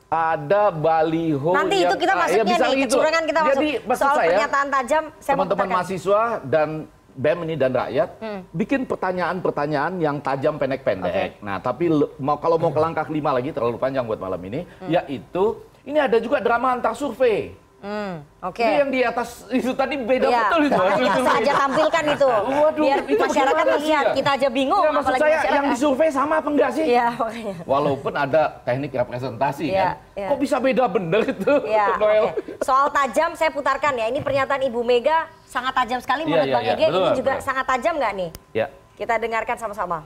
Ada baliho. Nanti yang, itu kita masuknya ah, ya nih, gitu. kecurangan kita masuk. Jadi soal saya, pernyataan tajam, teman-teman mahasiswa dan B E M ini dan rakyat hmm. bikin pertanyaan-pertanyaan yang tajam pendek-pendek. Okay. Nah, tapi mau kalau mau ke langkah kelima lagi terlalu panjang buat malam ini, hmm. yaitu ini ada juga drama antar survei. Hmm, Oke. Okay. Ini yang di atas itu tadi beda ya, betul itu. Kita aja tampilkan itu. Waduh, biar itu masyarakat lihat, ya? Kita aja bingung. Ya, maksud saya masyarakat. Yang disurvei sama apa enggak sih? Ya, okay. Walaupun ada teknik representasi ya, kan. Ya. Kok bisa beda bener itu? Ya, okay. Soal tajam saya putarkan ya. Ini pernyataan Ibu Mega sangat tajam sekali menurut ya, ya, Bang Ege. Ya, ini juga betul. sangat tajam nggak nih? Ya. Kita dengarkan sama-sama.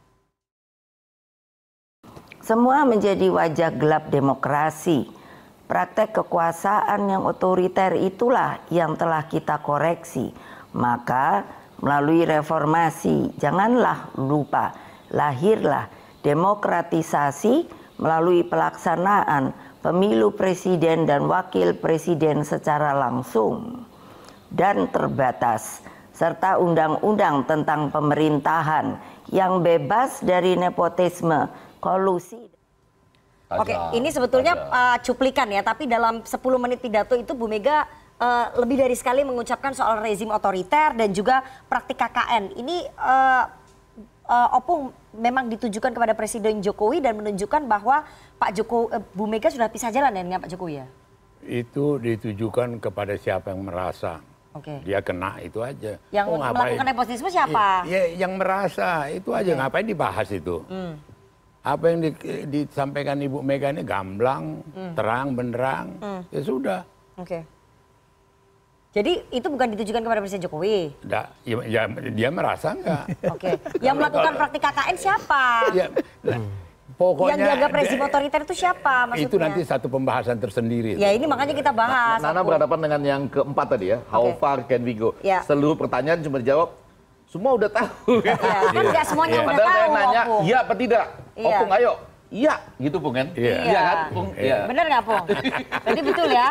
Semua menjadi wajah gelap demokrasi. Praktek kekuasaan yang otoriter itulah yang telah kita koreksi. Maka melalui reformasi, janganlah lupa, lahirlah demokratisasi melalui pelaksanaan pemilu presiden dan wakil presiden secara langsung dan terbatas, serta undang-undang tentang pemerintahan yang bebas dari nepotisme, kolusi. Oke, ini sebetulnya uh, cuplikan ya, tapi dalam sepuluh menit pidato itu Bu Mega uh, lebih dari sekali mengucapkan soal rezim otoriter dan juga praktik K K N. Ini uh, uh, opung memang ditujukan kepada Presiden Jokowi dan menunjukkan bahwa Pak Jokowi, uh, Bu Mega sudah pisah jalan ya dengan Pak Jokowi ya? Itu ditujukan kepada siapa yang merasa. Okay. Dia kena itu aja. Yang oh, melakukan nepotisme siapa? Ya, ya, yang merasa itu aja, okay. Ngapain dibahas itu? Hmm. Apa yang di, disampaikan Ibu Mega ini gamblang, hmm. terang, benderang, hmm. ya sudah. Oke. Okay. Jadi itu bukan ditujukan kepada Presiden Jokowi? Nggak, ya, ya, dia merasa enggak. Oke. Okay. Yang melakukan praktik K K N siapa? Ya, nah, Pokoknya yang dianggap rezim otoriter itu siapa maksudnya? Itu nanti satu pembahasan tersendiri. Ya ini makanya kita bahas. Nana berhadapan dengan yang keempat tadi ya, how okay. far can we go? Ya. Seluruh pertanyaan cuma dijawab, semua udah tahu. Ya, kan nggak semuanya ya. udah Padahal tahu. Padahal saya nanya, Opung. iya apa tidak? Iya. Opung ayo, iya gitu Pung kan? Iya, iya kan Pung? Iya. Bener nggak Pung? Jadi betul ya?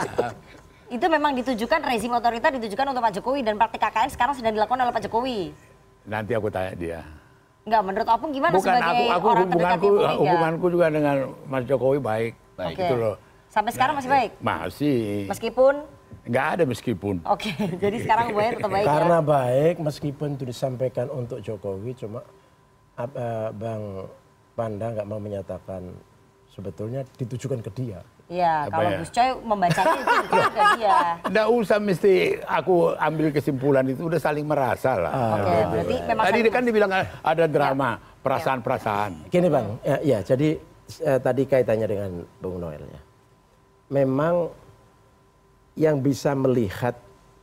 Itu memang ditujukan rezim otoriter ditujukan untuk Pak Jokowi dan praktik K K N sekarang sedang dilakukan oleh Pak Jokowi. Nanti aku tanya dia. Enggak, menurut Opung gimana Bukan sebagai aku, aku orang terdekat hubunganku, Ibu Mega? hubunganku juga dengan Mas Jokowi baik. Baik Oke. gitu loh. Sampai sekarang masih baik? Masih. Meskipun? Nggak ada meskipun. Oke, jadi sekarang hubungannya tetap baik Karena ya? baik meskipun itu disampaikan untuk Jokowi, cuma uh, Bang Panda nggak mau menyatakan sebetulnya ditujukan ke dia. Iya, kalau ya? Gus Coy membacanya itu ditujukan ke dia. Nggak usah mesti aku ambil kesimpulan itu udah saling merasa lah. Ah, Oke, gitu. berarti memang Tadi saling kan dibilang ada drama, perasaan-perasaan. Gini Bang, ya, ya jadi eh, tadi kaitannya dengan Bung Noel ya. Memang yang bisa melihat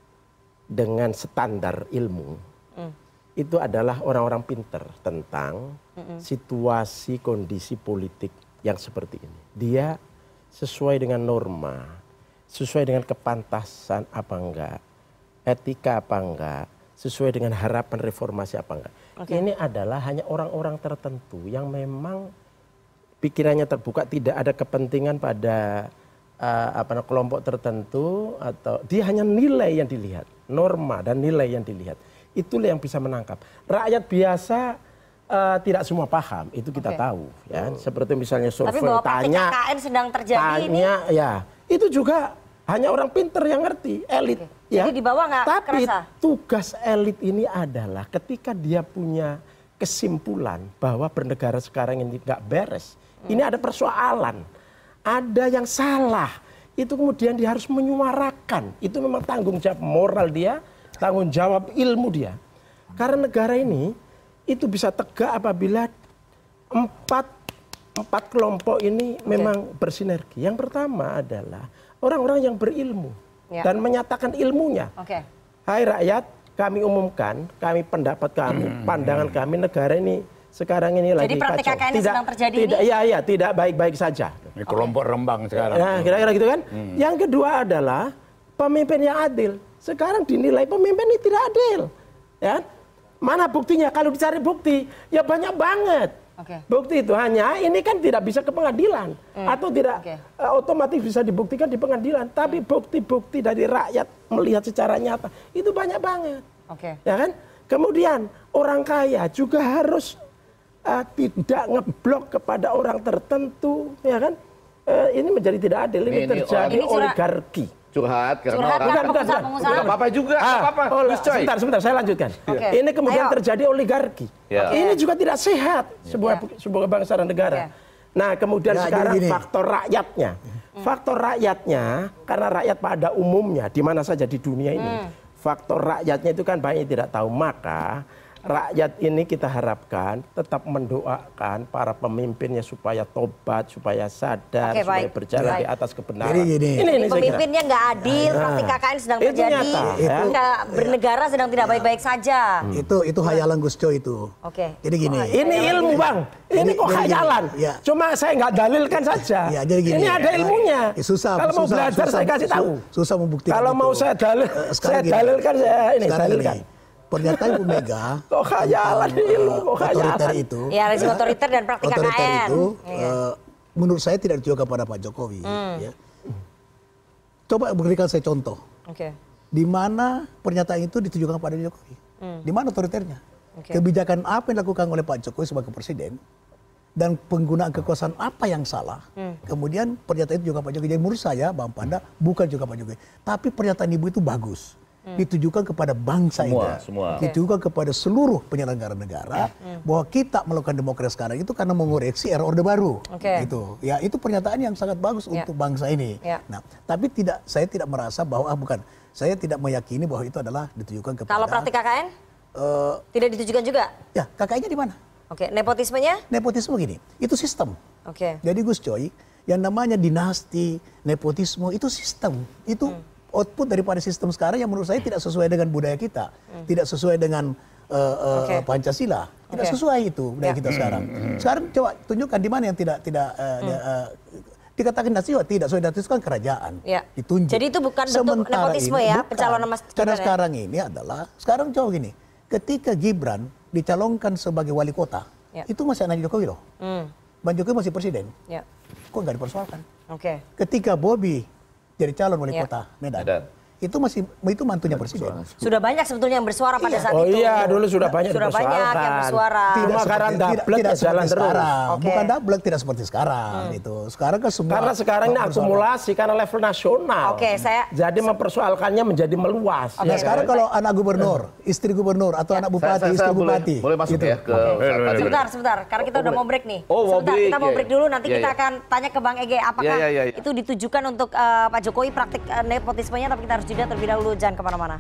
dengan standar ilmu mm. itu adalah orang-orang pinter tentang Mm-mm. situasi kondisi politik yang seperti ini. Dia sesuai dengan norma, sesuai dengan kepantasan apa enggak, etika apa enggak, sesuai dengan harapan reformasi apa enggak. Okay. Ini adalah hanya orang-orang tertentu yang memang pikirannya terbuka, tidak ada kepentingan pada uh, apa kelompok tertentu, atau dia hanya nilai yang dilihat, norma dan nilai yang dilihat. Itulah yang bisa menangkap. Rakyat biasa uh, tidak semua paham, itu kita okay. tahu ya. Oh. Seperti misalnya survei Tapi bahwa tanya, K K N sedang terjadi tanya, ini, ya itu juga hanya orang pinter yang ngerti, elit. Okay. Ya. Jadi di bawah nggak Tapi kerasa? tugas elit ini adalah ketika dia punya kesimpulan bahwa bernegara sekarang ini nggak beres, hmm. ini ada persoalan, ada yang salah, itu kemudian dia harus menyuarakan. Itu memang tanggung jawab moral dia, tanggung jawab ilmu dia. Karena negara ini itu bisa tegak apabila empat empat kelompok ini okay. memang bersinergi. Yang pertama adalah orang-orang yang berilmu ya. dan menyatakan ilmunya. Okay. Hai rakyat, kami umumkan, kami pendapat kami, hmm. pandangan kami, negara ini sekarang ini Jadi lagi praktik kacau. K K N Tidak, sedang terjadi tidak, ini? ya, ya, tidak baik-baik saja. Ini kelompok okay. Rembang sekarang. Ya, kira-kira gitu kan. Hmm. Yang kedua adalah pemimpin yang adil. Sekarang dinilai pemimpin ini tidak adil. Ya, mana buktinya? Kalau dicari bukti, ya banyak banget. Okay. Bukti itu hanya ini kan tidak bisa ke pengadilan hmm. atau tidak okay. uh, otomatis bisa dibuktikan di pengadilan. Tapi bukti-bukti dari rakyat melihat secara nyata itu banyak banget. Okay. Ya kan? Kemudian orang kaya juga harus uh, tidak ngeblok kepada orang tertentu, ya kan? Uh, ini menjadi tidak adil. Ini, ini terjadi ini oligarki. Curhat karena Curhat orang bukan, bukan, bukan. Bukan apa-apa juga, ah, apa-apa. Oh, sebentar, sebentar, saya lanjutkan. Okay. Ini kemudian Ayo. terjadi oligarki. Yeah. Ini juga tidak sehat sebuah yeah. sebuah bangsa dan negara. Yeah. Nah, kemudian ya, sekarang faktor rakyatnya. Hmm. Faktor rakyatnya, karena rakyat pada umumnya di mana saja di dunia ini, hmm. faktor rakyatnya itu kan banyak tidak tahu, maka rakyat ini kita harapkan tetap mendoakan para pemimpinnya supaya tobat, supaya sadar, okay, supaya baik. berjalan baik. di atas kebenaran. Jadi gini. Ini, ini pemimpinnya nggak adil, nah, praktik K K N sedang itu terjadi, nyata, itu, nggak bernegara sedang tidak baik-baik saja. Hmm. Itu itu hayalan Gus Coy itu. Oke. Okay. Jadi gini. Oh, ini ilmu bang, ini jadi, kok hayalan. Ya. Cuma saya nggak dalilkan saja. Ya, jadi gini, ini ada ilmunya. Ya, susah. Kalau mau susah, belajar susah, saya kasih susah, tahu. Susah membuktikan. Kalau mau saya dalil, saya dalilkan saya ini dalilkan. Pernyataan Bu Mega kok khayalan ilmu, kok otoriter itu ya rezim otoriter dan praktik K K N otoriter itu ya. uh, menurut saya tidak ditujukan kepada Pak Jokowi hmm. ya. Coba berikan saya contoh okay. di mana pernyataan itu ditujukan kepada Jokowi hmm. di mana otoriternya okay. kebijakan apa yang dilakukan oleh Pak Jokowi sebagai presiden dan penggunaan kekuasaan apa yang salah hmm. kemudian pernyataan itu juga Pak Jokowi. Jadi menurut saya Bang Panda bukan juga Pak Jokowi tapi pernyataan ibu itu bagus. Hmm. Ditujukan kepada bangsa semua, ini, semua. ditujukan kepada seluruh penyelenggara negara hmm. bahwa kita melakukan demokrasi sekarang itu karena mengoreksi era Orde Baru. Okay. Itu, ya itu pernyataan yang sangat bagus yeah. untuk bangsa ini. Yeah. Nah, tapi tidak, saya tidak merasa bahwa ah, bukan, saya tidak meyakini bahwa itu adalah ditujukan kepada. Kalau praktik K K N, uh, tidak ditujukan juga. Ya, K K N-nya di mana? Oke, okay. Nepotismenya? Nepotisme gini, itu sistem. Oke. Okay. Jadi Gus Coy, yang namanya dinasti, nepotisme itu sistem, itu. Hmm. output daripada sistem sekarang yang menurut saya tidak sesuai dengan budaya kita, hmm. tidak sesuai dengan uh, uh, okay. Pancasila. Tidak okay. sesuai itu budaya yeah. kita sekarang. Sekarang coba tunjukkan di mana yang tidak tidak uh, hmm. uh, dikatakan nasional, tidak solidaris itu kan kerajaan ya. Ditunjuk. Jadi itu bukan bentuk nepotisme ini, ya, bukan. pencalonan Mas Gibran. Karena ya? sekarang ini adalah, sekarang coba gini, ketika Gibran dicalonkan sebagai wali kota, ya. Itu masih anak Jokowi loh. Hmm. Bang Jokowi masih presiden. Ya. Kok nggak dipersoalkan? Oke. Okay. Ketika Bobi jadi calon wali ya. Kota Medan. Medan. Itu masih itu mantunya presiden. Sudah banyak sebetulnya yang bersuara pada iya. saat oh itu. Oh iya, dulu sudah banyak sudah banyak yang bersuara. Tidak sekarang dablek tidak jalan terus. Okay. Bukan dablek, tidak seperti sekarang hmm. itu. Sekarang kan semua. Karena sekarang ini akumulasi karena level nasional. Oke, okay, saya jadi mempersoalkannya menjadi meluas. Okay. Nah, sekarang kalau anak gubernur, istri gubernur atau ya. anak bupati, saya, saya, istri saya bupati. Boleh, boleh masuk gitu. ya ke okay. Sebentar, sebentar. Karena kita oh, udah mau break nih. Oh, sebentar, break, kita mau break dulu nanti ya, kita ya. akan tanya ke Bang Ege apakah ya, ya, ya. itu ditujukan untuk uh, Pak Jokowi praktik uh, nepotismenya, tapi kita harus jeda terlebih dahulu, jangan kemana-mana.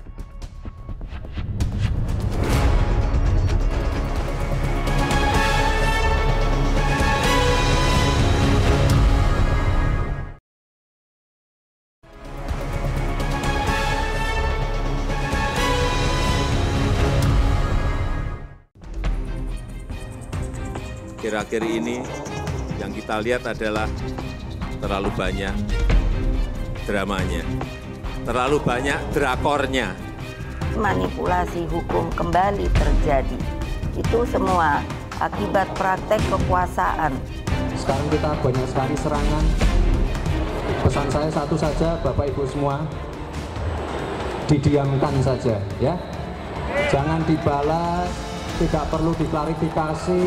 Akhir-akhir ini yang kita lihat adalah terlalu banyak dramanya, terlalu banyak drakornya. Manipulasi hukum kembali terjadi. Itu semua akibat praktek kekuasaan. Sekarang kita banyak sekali serangan. Pesan saya satu saja, Bapak Ibu semua, didiamkan saja ya. Jangan dibalas, tidak perlu diklarifikasi.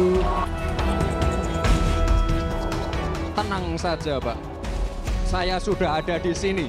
Tenang saja, Pak. Saya sudah ada di sini.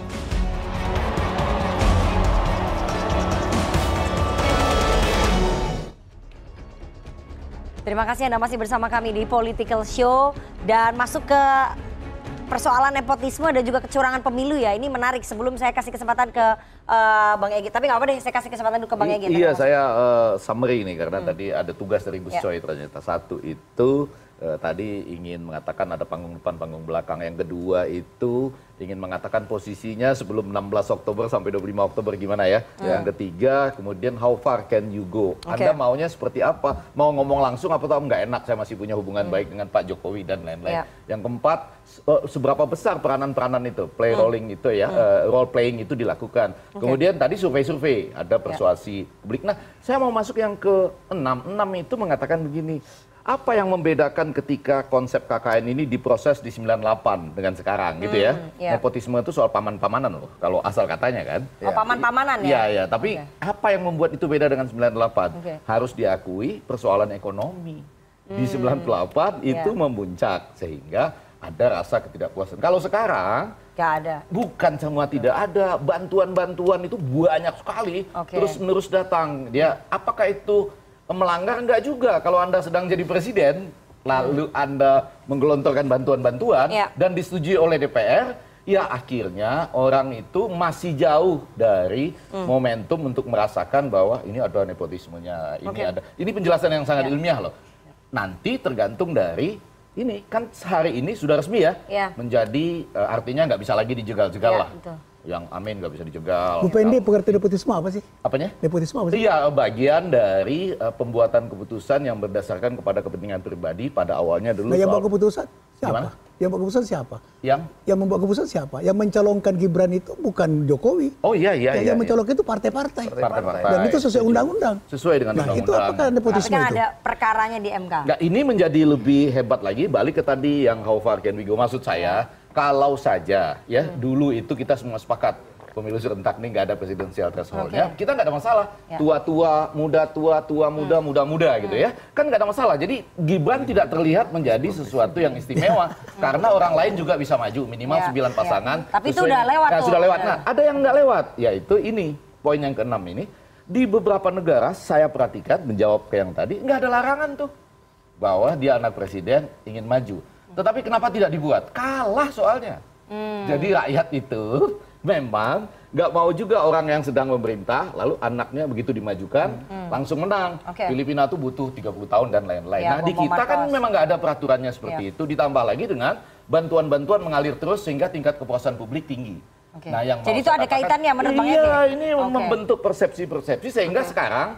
Terima kasih Anda masih bersama kami di Political Show dan masuk ke persoalan nepotisme dan juga kecurangan pemilu ya. Ini menarik. Sebelum saya kasih kesempatan ke uh, Bang Egy, tapi nggak apa deh, saya kasih kesempatan dulu ke Bang Egy. I iya, saya uh, summary ini karena hmm. tadi ada tugas dari Gus Coy ya. Ternyata satu itu uh, tadi ingin mengatakan ada panggung depan, panggung belakang. Yang kedua itu ingin mengatakan posisinya sebelum enam belas Oktober sampai dua puluh lima Oktober gimana ya. Hmm. Yang ketiga kemudian how far can you go? Okay. Anda maunya seperti apa? Mau ngomong langsung apa tahu nggak enak, saya masih punya hubungan hmm. baik dengan Pak Jokowi dan lain-lain. Yeah. Yang keempat, seberapa besar peranan-peranan itu, play rolling hmm. itu ya, hmm. uh, role playing itu dilakukan. Okay. Kemudian tadi survei-survei, ada persuasi yeah. publik. Nah, saya mau masuk yang ke enam. Enam itu mengatakan begini, apa yang membedakan ketika konsep K K N ini diproses di sembilan puluh delapan dengan sekarang gitu ya. Hmm, yeah. Nepotisme itu soal paman-pamanan loh, kalau asal katanya kan. Oh, ya. Paman-pamanan ya? Iya, ya. Tapi okay. apa yang membuat itu beda dengan sembilan puluh delapan? Okay. Harus diakui persoalan ekonomi. Hmm. Di sembilan puluh delapan itu yeah. memuncak, sehingga ada rasa ketidakpuasan. Kalau sekarang, gak ada. Bukan semua tidak ada, bantuan-bantuan itu banyak sekali, okay. terus menerus datang. Dia, apakah itu melanggar? Enggak juga. Kalau Anda sedang jadi presiden, lalu hmm. Anda menggelontorkan bantuan-bantuan ya. dan disetujui oleh D P R, ya akhirnya orang itu masih jauh dari hmm. momentum untuk merasakan bahwa ini ada nepotismenya, ini okay. ada. Ini penjelasan yang sangat ya. ilmiah loh. Nanti tergantung dari ini, kan hari ini sudah resmi ya, ya. menjadi uh, artinya nggak bisa lagi dijegal-jegal ya, lah. Betul. Yang amin nggak bisa dijegal. Bu Pendi, pengertian nepotisme apa sih? Apanya? Nepotisme apa sih? Iya, bagian dari uh, pembuatan keputusan yang berdasarkan kepada kepentingan pribadi pada awalnya dulu. Nah, yang buat keputusan siapa? Gimana? Yang membuat keputusan siapa? Yang? Yang membuat keputusan siapa? Yang mencalonkan Gibran itu bukan Jokowi. Oh iya iya. Yang, iya, yang iya. mencalonkan itu partai-partai. Partai-partai. Dan itu sesuai undang-undang. Sesuai dengan nah, undang-undang. Itu apakah nepotisme Tapi kan itu? ada perkaranya di M K. Nah, ini menjadi lebih hebat lagi. Balik ke tadi yang how far can we go. Maksud saya, kalau saja ya hmm. dulu itu kita semua sepakat pemilu serentak nih nggak ada presidensial threshold-nya, okay. kita nggak ada masalah. Ya. Tua-tua, muda-tua, tua muda, hmm. muda-muda gitu hmm. ya. Kan nggak ada masalah. Jadi Gibran tidak terlihat menjadi sesuatu yang istimewa. Karena orang lain juga bisa maju, minimal ya. sembilan pasangan. Ya. Tapi itu udah lewat nah, tuh. Sudah lewat. Nah, ada yang nggak lewat, yaitu ini. Poin yang keenam ini. Di beberapa negara, saya perhatikan, menjawab ke yang tadi, nggak ada larangan tuh. Bahwa dia anak presiden, ingin maju. Tetapi kenapa tidak dibuat? Kalah soalnya. Hmm. Jadi rakyat itu memang nggak mau juga orang yang sedang memerintah, lalu anaknya begitu dimajukan, hmm. langsung menang. Okay. Filipina tuh butuh tiga puluh tahun dan lain-lain. Ya, nah di kita kan memang nggak ada peraturannya seperti ya. itu, ditambah lagi dengan bantuan-bantuan mengalir terus sehingga tingkat kepuasan publik tinggi. Okay. Nah, yang jadi itu ada kaitannya menurut Bang Egy? Iya, ini okay. membentuk persepsi-persepsi sehingga okay. sekarang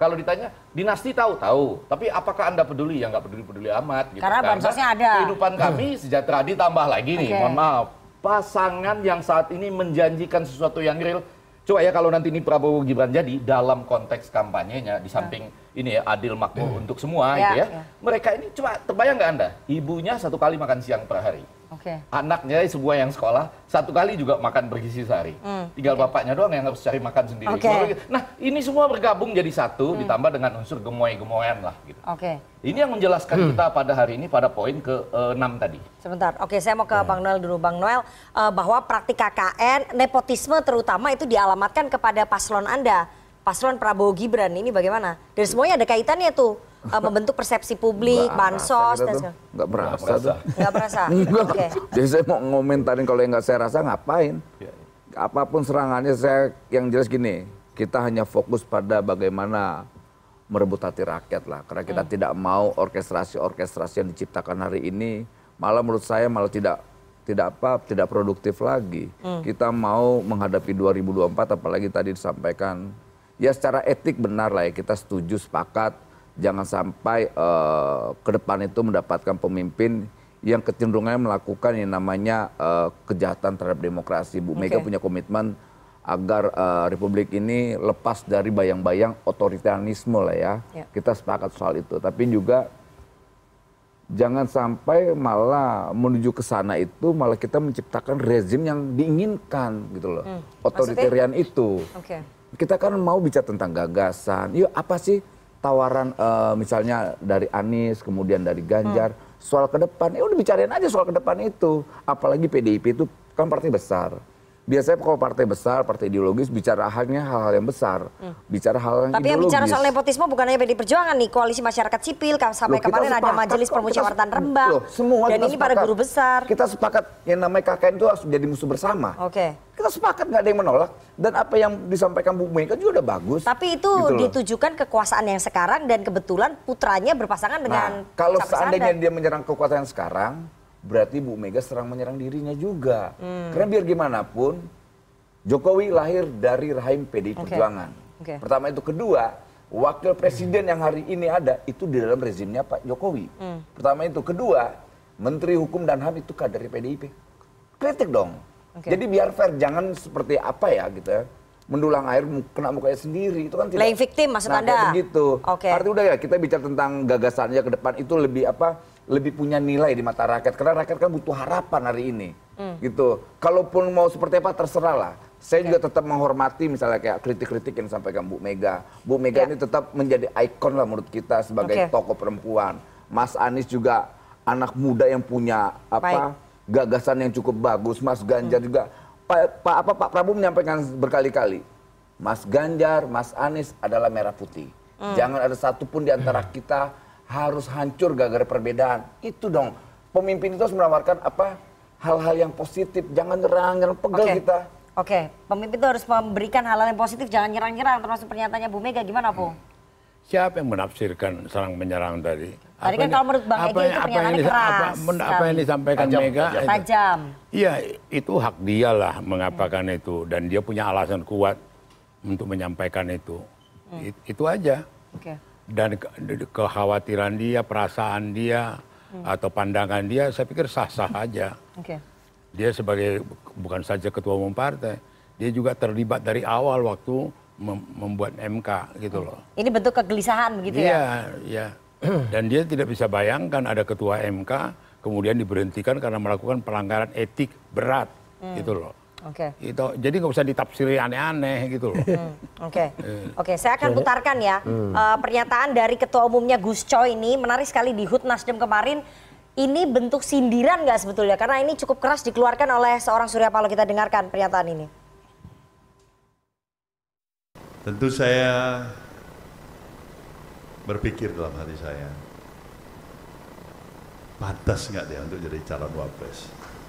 Kalau ditanya, dinasti tahu, tahu. Tapi apakah Anda peduli? Ya nggak peduli-peduli amat. Gitu. Karena bansosnya ada. Kehidupan kami sejahtera ditambah lagi nih, Okay. mohon maaf. Pasangan yang saat ini menjanjikan sesuatu yang real. Coba ya kalau nanti ini Prabowo Gibran jadi dalam konteks kampanyenya, di samping ini ya adil makmur untuk semua Ya, gitu ya. ya. Mereka ini coba terbayang nggak Anda? Ibunya satu kali makan siang per hari. Oke. Anaknya semua yang sekolah satu kali juga makan bergizi sehari. Hmm. Tinggal bapaknya doang yang harus cari makan sendiri. Oke. Nah ini semua bergabung jadi satu ditambah dengan unsur gemoy-gemoyan lah. Gitu. Oke. Ini yang menjelaskan kita pada hari ini pada poin ke enam tadi. Sebentar, oke saya mau ke Bang Noel dulu. Bang Noel, eh, bahwa praktik K K N, nepotisme terutama itu dialamatkan kepada paslon Anda, paslon Prabowo Gibran, ini bagaimana? Dan semuanya ada kaitannya tuh, eh, membentuk persepsi publik, bansos, dan segala. Nggak berasa tuh. Nggak berasa? Enggak. Oke. Jadi saya mau ngomentarin kalau yang nggak saya rasa ngapain. Apapun serangannya saya yang jelas gini, kita hanya fokus pada bagaimana merebut hati rakyat lah. Karena kita hmm. tidak mau orkestrasi-orkestrasi yang diciptakan hari ini, malah menurut saya malah tidak tidak apa tidak produktif lagi. Hmm. Kita mau menghadapi dua ribu dua puluh empat, apalagi tadi disampaikan ya secara etik benar lah ya, kita setuju sepakat jangan sampai uh, ke depan itu mendapatkan pemimpin yang kecenderungannya melakukan yang namanya uh, kejahatan terhadap demokrasi. Bu okay. Mega punya komitmen agar uh, Republik ini lepas dari bayang-bayang otoritarianisme lah ya. ya. Kita sepakat soal itu. Tapi juga jangan sampai malah menuju ke sana itu malah kita menciptakan rezim yang diinginkan gitu loh. Hmm. Otoritarian itu. Okay. Kita kan mau bicara tentang gagasan. Yuk apa sih tawaran uh, misalnya dari Anies kemudian dari Ganjar hmm. soal ke depan. Ya udah bicarain aja soal ke depan itu. Apalagi P D I P itu kan partai besar. Biasanya kalau partai besar, partai ideologis bicara halnya hal-hal yang besar, hmm. bicara hal yang Tapi ideologis. yang bicara soal nepotisme bukan hanya P D I Perjuangan nih, koalisi masyarakat sipil sampai loh, kemarin ada majelis permusyawaratan Rembang loh, semua dan ini sepakat, para guru besar. Kita sepakat yang namanya K K N itu harus jadi musuh bersama. Oke. Okay. Kita sepakat nggak ada yang menolak dan apa yang disampaikan Bu Mega juga udah bagus. Tapi itu gitu ditujukan kekuasaan yang sekarang dan kebetulan putranya berpasangan dengan. Nah, kalau seandainya dia menyerang kekuasaan yang sekarang, berarti Bu Mega serang menyerang dirinya juga. Hmm. Karena biar gimana pun Jokowi lahir dari rahim P D I Perjuangan. Okay. Okay. Pertama itu, kedua, wakil presiden yang hari ini ada itu di dalam rezimnya Pak Jokowi. Hmm. Pertama itu, kedua, Menteri Hukum dan H A M itu kader P D I P. Kritik dong. Okay. Jadi biar fair, jangan seperti apa ya gitu ya. Mendulang air kena mukanya sendiri itu kan tidak. Playing victim maksud nah, Anda. Begitu. Okay. Artinya udah ya kita bicara tentang gagasannya ke depan itu lebih apa? Lebih punya nilai di mata rakyat karena rakyat kan butuh harapan hari ini. Hmm. Gitu. Kalaupun mau seperti apa terserah lah. Saya okay. juga tetap menghormati misalnya kayak kritik-kritik yang disampaikan Bu Mega. Bu Mega yeah. ini tetap menjadi ikon lah menurut kita sebagai okay. tokoh perempuan. Mas Anies juga anak muda yang punya apa Baik. gagasan yang cukup bagus. Mas Ganjar hmm. juga Pak, Pak apa Pak Prabowo menyampaikan berkali-kali. Mas Ganjar, Mas Anies adalah merah putih. Hmm. Jangan ada satupun di antara kita harus hancur gara-gara perbedaan. Itu dong. Pemimpin itu harus menawarkan apa hal-hal yang positif. Jangan nyerang, jangan pegel okay. kita. Oke, okay. Pemimpin itu harus memberikan hal-hal yang positif, jangan nyerang-nyerang, termasuk pernyataannya Bu Mega, gimana Bu? Siapa yang menafsirkan serang menyerang tadi? Tadi kan kalau menurut Bang Egi itu pernyataannya keras. Apa, apa yang disampaikan tajam, Mega? Tajam. Iya, itu hak dia lah mengatakan hmm. itu, dan dia punya alasan kuat untuk menyampaikan itu. Hmm. It, itu aja. Oke. Okay. Dan ke, kekhawatiran dia, perasaan dia, hmm. atau pandangan dia, saya pikir sah-sah aja. Oke. Okay. Dia sebagai bukan saja ketua umum partai, dia juga terlibat dari awal waktu mem membuat M K gitu loh. Ini bentuk kegelisahan begitu ya? Iya, iya. Dan dia tidak bisa bayangkan ada ketua M K kemudian diberhentikan karena melakukan pelanggaran etik berat hmm. gitu loh. Oke. Okay. Itu jadi nggak usah ditafsiri aneh-aneh gitu loh. Hmm. Oke. Okay. Oke, okay, saya akan putarkan ya hmm. uh, pernyataan dari ketua umumnya Gus Coy ini menarik sekali di H U T Nasdem kemarin. Ini bentuk sindiran nggak sebetulnya? Karena ini cukup keras dikeluarkan oleh seorang Surya Paloh. Kita dengarkan pernyataan ini. Tentu saya berpikir dalam hati saya, pantas nggak dia untuk jadi calon wapres?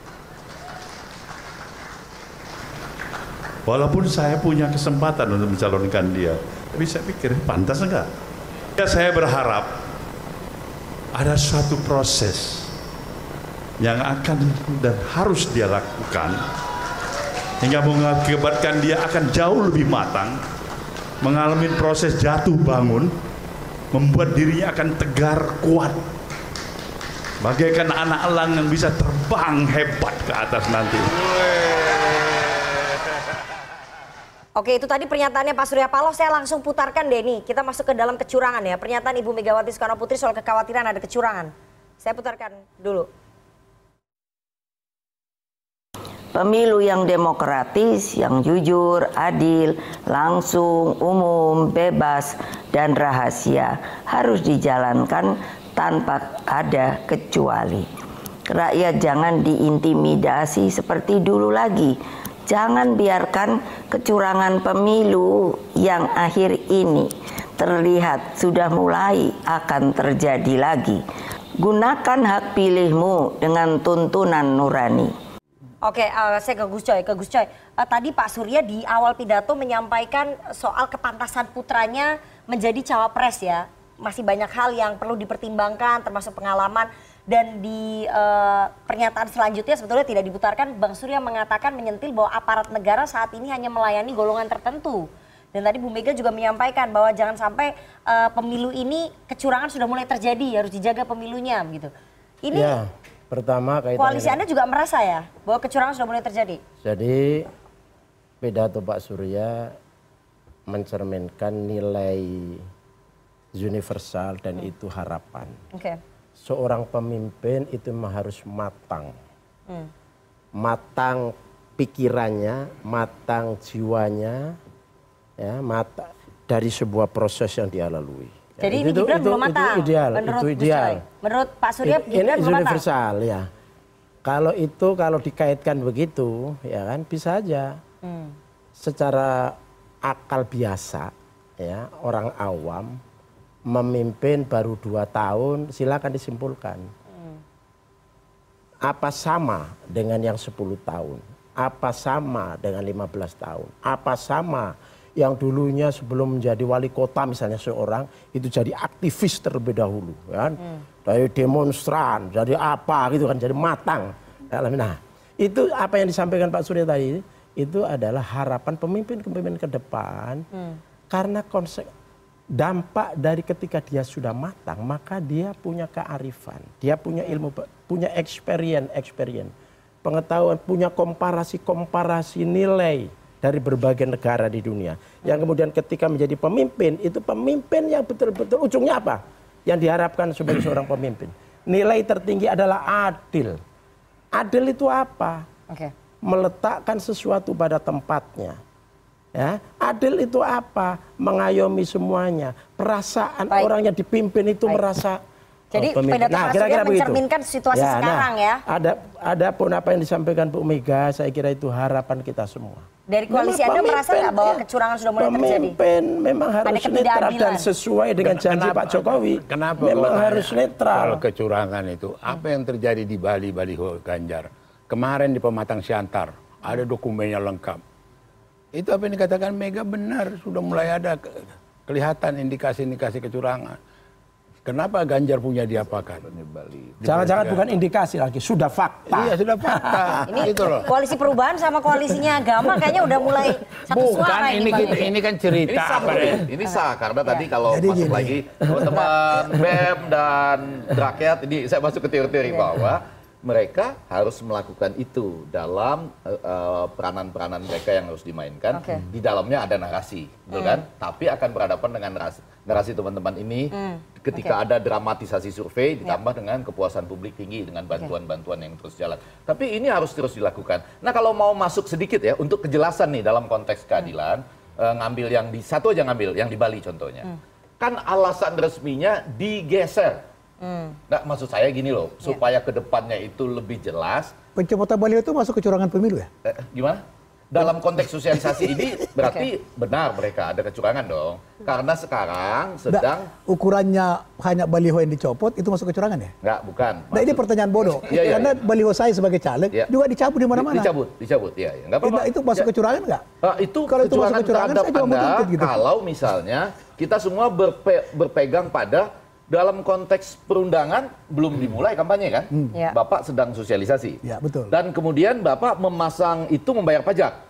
Walaupun saya punya kesempatan untuk mencalonkan dia, tapi saya pikir pantas nggak? Ya, saya berharap ada suatu proses yang akan dan harus dia lakukan hingga mengakibatkan dia akan jauh lebih matang mengalami proses jatuh bangun, membuat dirinya akan tegar kuat. Bagaikan anak elang yang bisa terbang hebat ke atas nanti. Oke, itu tadi pernyataannya Pak Surya Paloh. Saya langsung putarkan deh nih. Kita masuk ke dalam kecurangan ya. Pernyataan Ibu Megawati Soekarno Putri soal kekhawatiran ada kecurangan. Saya putarkan dulu. Pemilu yang demokratis, yang jujur, adil, langsung, umum, bebas, dan rahasia harus dijalankan tanpa ada kecuali. Rakyat jangan diintimidasi seperti dulu lagi. Jangan biarkan kecurangan pemilu yang akhir ini terlihat sudah mulai akan terjadi lagi. Gunakan hak pilihmu dengan tuntunan nurani. Oke, uh, saya ke Gus Coy. Ke Gus Coy. Uh, tadi Pak Surya di awal pidato menyampaikan soal kepantasan putranya menjadi cawapres ya. Masih banyak hal yang perlu dipertimbangkan termasuk pengalaman. Dan di uh, pernyataan selanjutnya sebetulnya tidak diputarkan, Bang Surya mengatakan menyentil bahwa aparat negara saat ini hanya melayani golongan tertentu. Dan tadi Bu Mega juga menyampaikan bahwa jangan sampai uh, pemilu ini kecurangan sudah mulai terjadi, harus dijaga pemilunya gitu. Ini ya, pertama koalisi Anda juga merasa ya bahwa kecurangan sudah mulai terjadi? Jadi pidato Pak Surya mencerminkan nilai universal dan hmm. itu harapan. Oke. Okay. Seorang pemimpin itu memang harus matang. Hmm. Matang pikirannya, matang jiwanya, ya, mata dari sebuah proses yang dia lalui. Jadi ya, ini Gibran belum matang. Itu ideal, menurut itu ideal. Menurut Pak Surya It, Gibran ini belum universal matang. Ya. Kalau itu kalau dikaitkan begitu, ya kan bisa aja. Hmm. Secara akal biasa, ya, orang awam memimpin baru dua tahun, silakan disimpulkan. Hmm. Apa sama dengan yang sepuluh tahun? Apa sama dengan lima belas tahun? Apa sama yang dulunya sebelum menjadi wali kota misalnya seorang, itu jadi aktivis terlebih dahulu. Kan? Hmm. Dari demonstran, jadi apa gitu kan, jadi matang. Nah, itu apa yang disampaikan Pak Surya tadi, itu adalah harapan pemimpin-pemimpin ke depan. Hmm. Karena konsep dampak dari ketika dia sudah matang, maka dia punya kearifan, dia punya ilmu, punya experience, experience, pengetahuan, punya komparasi-komparasi nilai dari berbagai negara di dunia. Yang kemudian ketika menjadi pemimpin, itu pemimpin yang betul-betul ujungnya apa? Yang diharapkan sebagai seorang pemimpin. Nilai tertinggi adalah adil. Adil itu apa? Okay. Meletakkan sesuatu pada tempatnya. Ya, adil itu apa? Mengayomi semuanya. Perasaan Baik. orang yang dipimpin itu Baik. merasa. Jadi oh, pidato nah, kira-kira mencerminkan situasi ya, sekarang nah, ya. Ada, ada pun apa yang disampaikan Bu Mega, saya kira itu harapan kita semua. Dari koalisi Anda merasa nggak bahwa kecurangan sudah mulai terjadi? Pemimpin memang harus netral dan sesuai dengan janji kenapa, Pak Jokowi. Kenapa? Memang harus netral. Kalau kecurangan itu, apa yang terjadi di Bali, Baliho Ganjar? Kemarin di Pematang Siantar, ada dokumennya lengkap. Itu apa yang dikatakan Mega benar, sudah mulai ada kelihatan indikasi-indikasi kecurangan. Kenapa Ganjar punya diapakan? Jangan-jangan bukan indikasi lagi, sudah fakta. Iya, sudah fakta. Ini gitu loh. Koalisi perubahan sama koalisinya agama kayaknya udah mulai satu bukan, suara ini. Bukan, ini, ini kan cerita. Ini sah, apa ya? Ini sah, karena ya. tadi kalau Jadi masuk gini. lagi, teman-teman B E M dan rakyat, ini saya masuk ke teori-teori ya. bahwa mereka harus melakukan itu dalam peranan-peranan uh, mereka yang harus dimainkan. Okay. Di dalamnya ada narasi, betul mm. kan? Tapi akan berhadapan dengan narasi, narasi teman-teman ini mm. ketika okay. ada dramatisasi survei ditambah yeah. dengan kepuasan publik tinggi dengan bantuan-bantuan yang terus jalan. Tapi ini harus terus dilakukan. Nah, kalau mau masuk sedikit ya untuk kejelasan nih dalam konteks keadilan, mm. uh, ngambil yang di satu aja ngambil yang di Bali contohnya. Mm. Kan alasan resminya digeser. Hmm. Nah, maksud saya gini loh, yeah. supaya kedepannya itu lebih jelas. Pencopotan Bali itu masuk kecurangan pemilu ya? Eh, gimana? Dalam konteks sosialisasi ini berarti okay. benar mereka ada kecurangan dong. Karena sekarang sedang... Nah, ukurannya hanya baliho yang dicopot, itu masuk kecurangan ya? Enggak, bukan. Nah Maksud... ini pertanyaan bodoh. iya, iya, Karena iya. baliho saya sebagai caleg ya. juga dicabut di mana-mana. Dicabut, dicabut. Ya, ya. Nggak apa-apa. Itu masuk ya. kecurangan nggak? Nah, itu kalau itu masuk kecurangan, saya juga mau gitu. Kalau misalnya kita semua berpe berpegang pada... Dalam konteks perundangan belum dimulai kampanye kan, hmm. ya. Bapak sedang sosialisasi. Ya, betul. Dan kemudian Bapak memasang itu membayar pajak.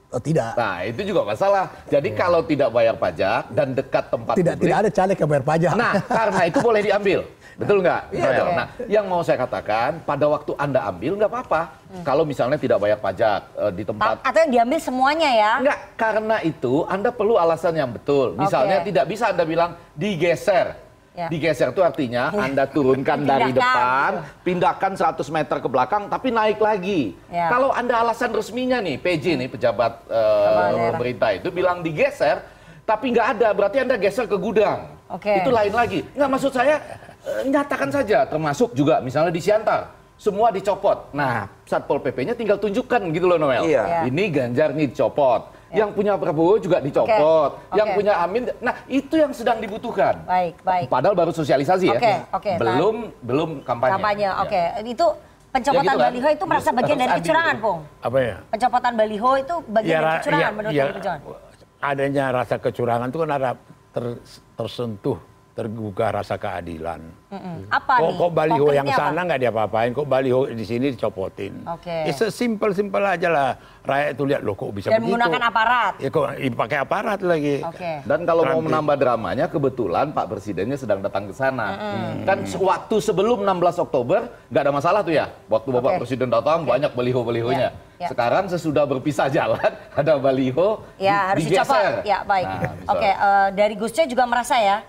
Oh, tidak. Nah, itu juga masalah. Jadi yeah. kalau tidak bayar pajak dan dekat tempat tidak, publik. Tidak ada caleg yang bayar pajak. Nah, karena itu boleh diambil. Betul nggak? Iya Noel? dong. Nah, yang mau saya katakan, pada waktu Anda ambil nggak apa-apa. Hmm. Kalau misalnya tidak bayar pajak uh, di tempat. Atau yang diambil semuanya ya? Nggak, karena itu Anda perlu alasan yang betul. Misalnya okay. tidak bisa Anda bilang digeser. Ya. Digeser itu artinya Anda turunkan dari depan, pindahkan seratus meter ke belakang, tapi naik lagi. Ya. Kalau Anda alasan resminya nih, P J nih, pejabat uh, pemerintah itu bilang digeser, tapi nggak ada, berarti Anda geser ke gudang. Okay. Itu lain lagi. Nggak, maksud saya, uh, nyatakan saja, termasuk juga misalnya di Siantar. Semua dicopot. Nah, Satpol P P-nya tinggal tunjukkan gitu loh, Noel. Iya. Ini Ganjar nih dicopot. Ya. Yang punya Prabowo juga dicopot, okay. yang okay. punya Amin, nah itu yang sedang dibutuhkan. Baik, baik. Padahal baru sosialisasi okay. ya, okay. belum nah. belum kampanye. Kampanye, oke. Okay. Ya. Itu pencopotan ya gitu kan? baliho itu merasa bagian dari kecurangan, Pung? Apa ya? Pencopotan baliho itu bagian ya, dari kecurangan ya, menurut ya, Perjuangan? Adanya rasa kecurangan itu kan ada ter, tersentuh, tergugah rasa keadilan. Mm-mm. Apa kok, nih? Kok baliho Konkretnya yang sana nggak diapa-apain, kok baliho di sini dicopotin. Oke. Okay. Ya, simpel-simpel aja lah. Rakyat itu lihat loh kok bisa Dan begitu. Dan menggunakan aparat. Ya kok pakai aparat lagi. Okay. Dan kalau Ranti. mau menambah dramanya, kebetulan Pak Presidennya sedang datang ke sana. Mm-hmm. Kan waktu sebelum enam belas Oktober nggak ada masalah tuh ya. Waktu Bapak okay. Presiden datang okay. banyak baliho-balihonya. Yeah. Yeah. Sekarang sesudah berpisah jalan ada baliho ya, di, harus dicopot. Ya baik. Nah, Oke, okay, uh, dari Gus Coy juga merasa ya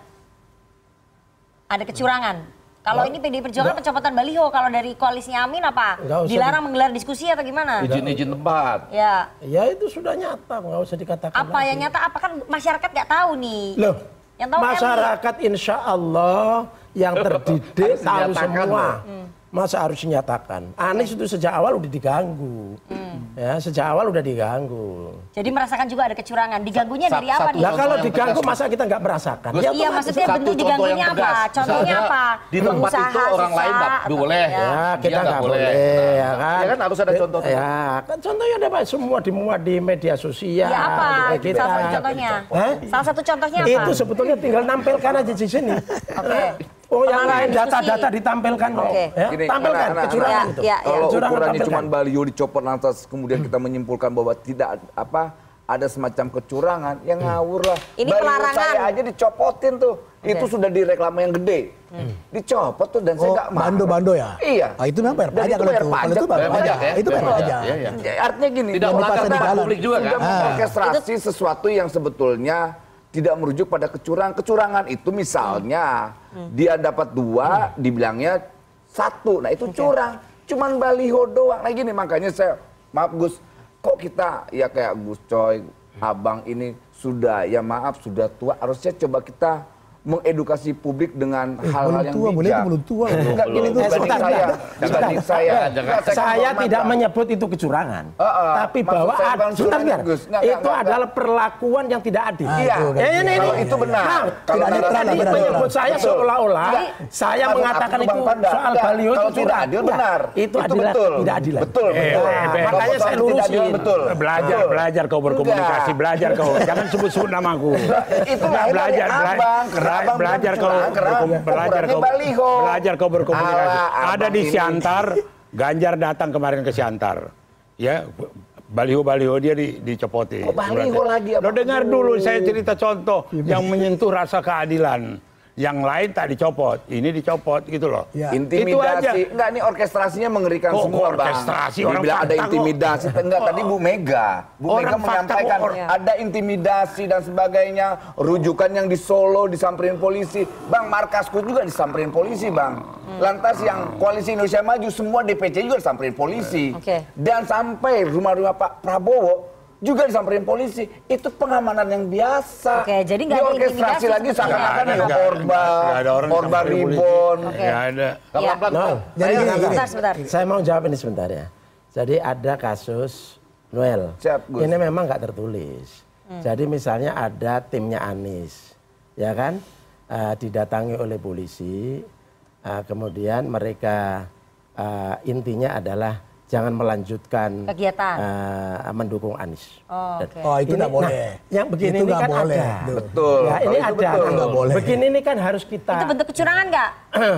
ada kecurangan. Kalau oh, ini P D I Perjuangan enggak. pencopotan baliho, kalau dari koalisinya Amin apa? Dilarang menggelar diskusi atau gimana? Izin-izin tempat. Ya. Ya itu sudah nyata, nggak usah dikatakan. Apa lagi. yang nyata? Apa kan masyarakat nggak tahu nih? Loh, yang tahu masyarakat Elit. Insya Allah yang terdidik tahu semua. Hmm. Masa harus dinyatakan? Anies itu sejak awal udah diganggu. Hmm. Ya, sejak awal udah diganggu. Jadi merasakan juga ada kecurangan. Diganggunya Sa dari apa nih? Nah kalau diganggu masa kita nggak merasakan? Ya, iya maksudnya bentuk diganggunya apa? Contohnya apa? Di tempat itu orang lain nggak boleh. Ya, kita nggak boleh. Ya kan? Ya kan harus ada contoh. Ya kan contohnya ada apa? Semua dimuat di media sosial. Ya apa? Kita. Salah satu contohnya. Hah? Salah satu contohnya apa? Itu sebetulnya tinggal nampilkan aja di sini. Oke. Oh yang lain data-data ditampilkan kok. Okay. Ya, Gini, tampilkan anak, anak, kecurangan anak, itu. Ya, ya. Kalau kecurangan ukurannya tampilkan. cuma baliho dicopot lantas kemudian kita menyimpulkan bahwa tidak apa ada semacam kecurangan, yang ngawur lah. Ini baliho pelarangan. saya aja dicopotin tuh. Okay. Itu sudah di reklame yang gede. Hmm. Dicopot tuh dan oh, saya nggak mau. Bando-bando ya? Iya. Oh, itu memang bayar pajak kalau itu. Kalau itu bayar pajak. Ya? Itu bayar pajak. Ya, ya. Artinya gini. Tidak melanggar tempat publik juga kan? Sudah mengorkestrasi sesuatu yang sebetulnya tidak merujuk pada kecurangan. Kecurangan itu misalnya hmm. dia dapat dua, hmm. dibilangnya satu. Nah itu okay. curang. Cuman baliho doang. Nah gini makanya saya, maaf Gus, kok kita ya kayak Gus Coy, Abang ini sudah, ya maaf sudah tua. Harusnya coba kita mengedukasi publik dengan hal-hal eh, yang tua, bijak. Boleh itu belum tua. Enggak gini tuh sebentar, saya. Dibanding saya. Saya tidak menyebut itu kecurangan. Uh, uh, tapi bahwa ada, sebentar, Gus, enggak, itu enggak, adalah perlakuan yang tidak adil. Ah, iya. Ya, ini, kalau ini. itu benar. Nah, kalau netral, menyebut saya seolah-olah saya Maksud mengatakan itu Panda, soal enggak, baliho kalau itu tidak adil benar. Itu, itu adalah betul. tidak adil. Betul, eh, betul. Eh, eh, makanya saya lurusin. Betul. Belajar, betul. belajar kau berkomunikasi, belajar kau. Jangan sebut-sebut namaku. Itu belajar, belajar, belajar kau. Belajar kau, belajar kau berkomunikasi. Ala, ada di Siantar, Ganjar datang kemarin ke Siantar, ya baliho-baliho dia di, dicopotin. Oh, baliho lagi apa? Lo dengar dulu saya cerita contoh yang menyentuh rasa keadilan. Yang lain tak dicopot, ini dicopot gitu loh. Ya. Intimidasi, itu aja. Enggak, ini orkestrasinya mengerikan kok, semua, orkestrasi, Bang. orang Dibilang ada intimidasi, kok. enggak, tadi Bu Mega. Bu orang Mega menyampaikan kok, ada intimidasi dan sebagainya, rujukan yang di Solo disamperin polisi. Bang, markasku juga disamperin polisi, Bang. Lantas yang Koalisi Indonesia Maju, semua D P C juga disamperin polisi. Okay. Dan sampai rumah-rumah Pak Prabowo, juga disamperin polisi. Itu pengamanan yang biasa. Oke, jadi nggak ada intimidasi lagi seakan-akan ada korban, korban ribon. Nggak ada. Ya. No, jadi gini, gini. Sebentar, sebentar. Saya mau jawab ini sebentar ya. Jadi ada kasus Noel. Siap, Gus. Ini memang nggak tertulis. Hmm. Jadi misalnya ada timnya Anies, ya kan, uh, didatangi oleh polisi, uh, kemudian mereka uh, intinya adalah jangan melanjutkan kegiatan uh, mendukung Anies. Oh, okay. oh itu nggak boleh. Nah, yang begini itu ini kan boleh. ada. Betul. Ya, ini itu ada. Betul. Kan, boleh. Begini ini kan harus kita. Itu bentuk kecurangan nggak?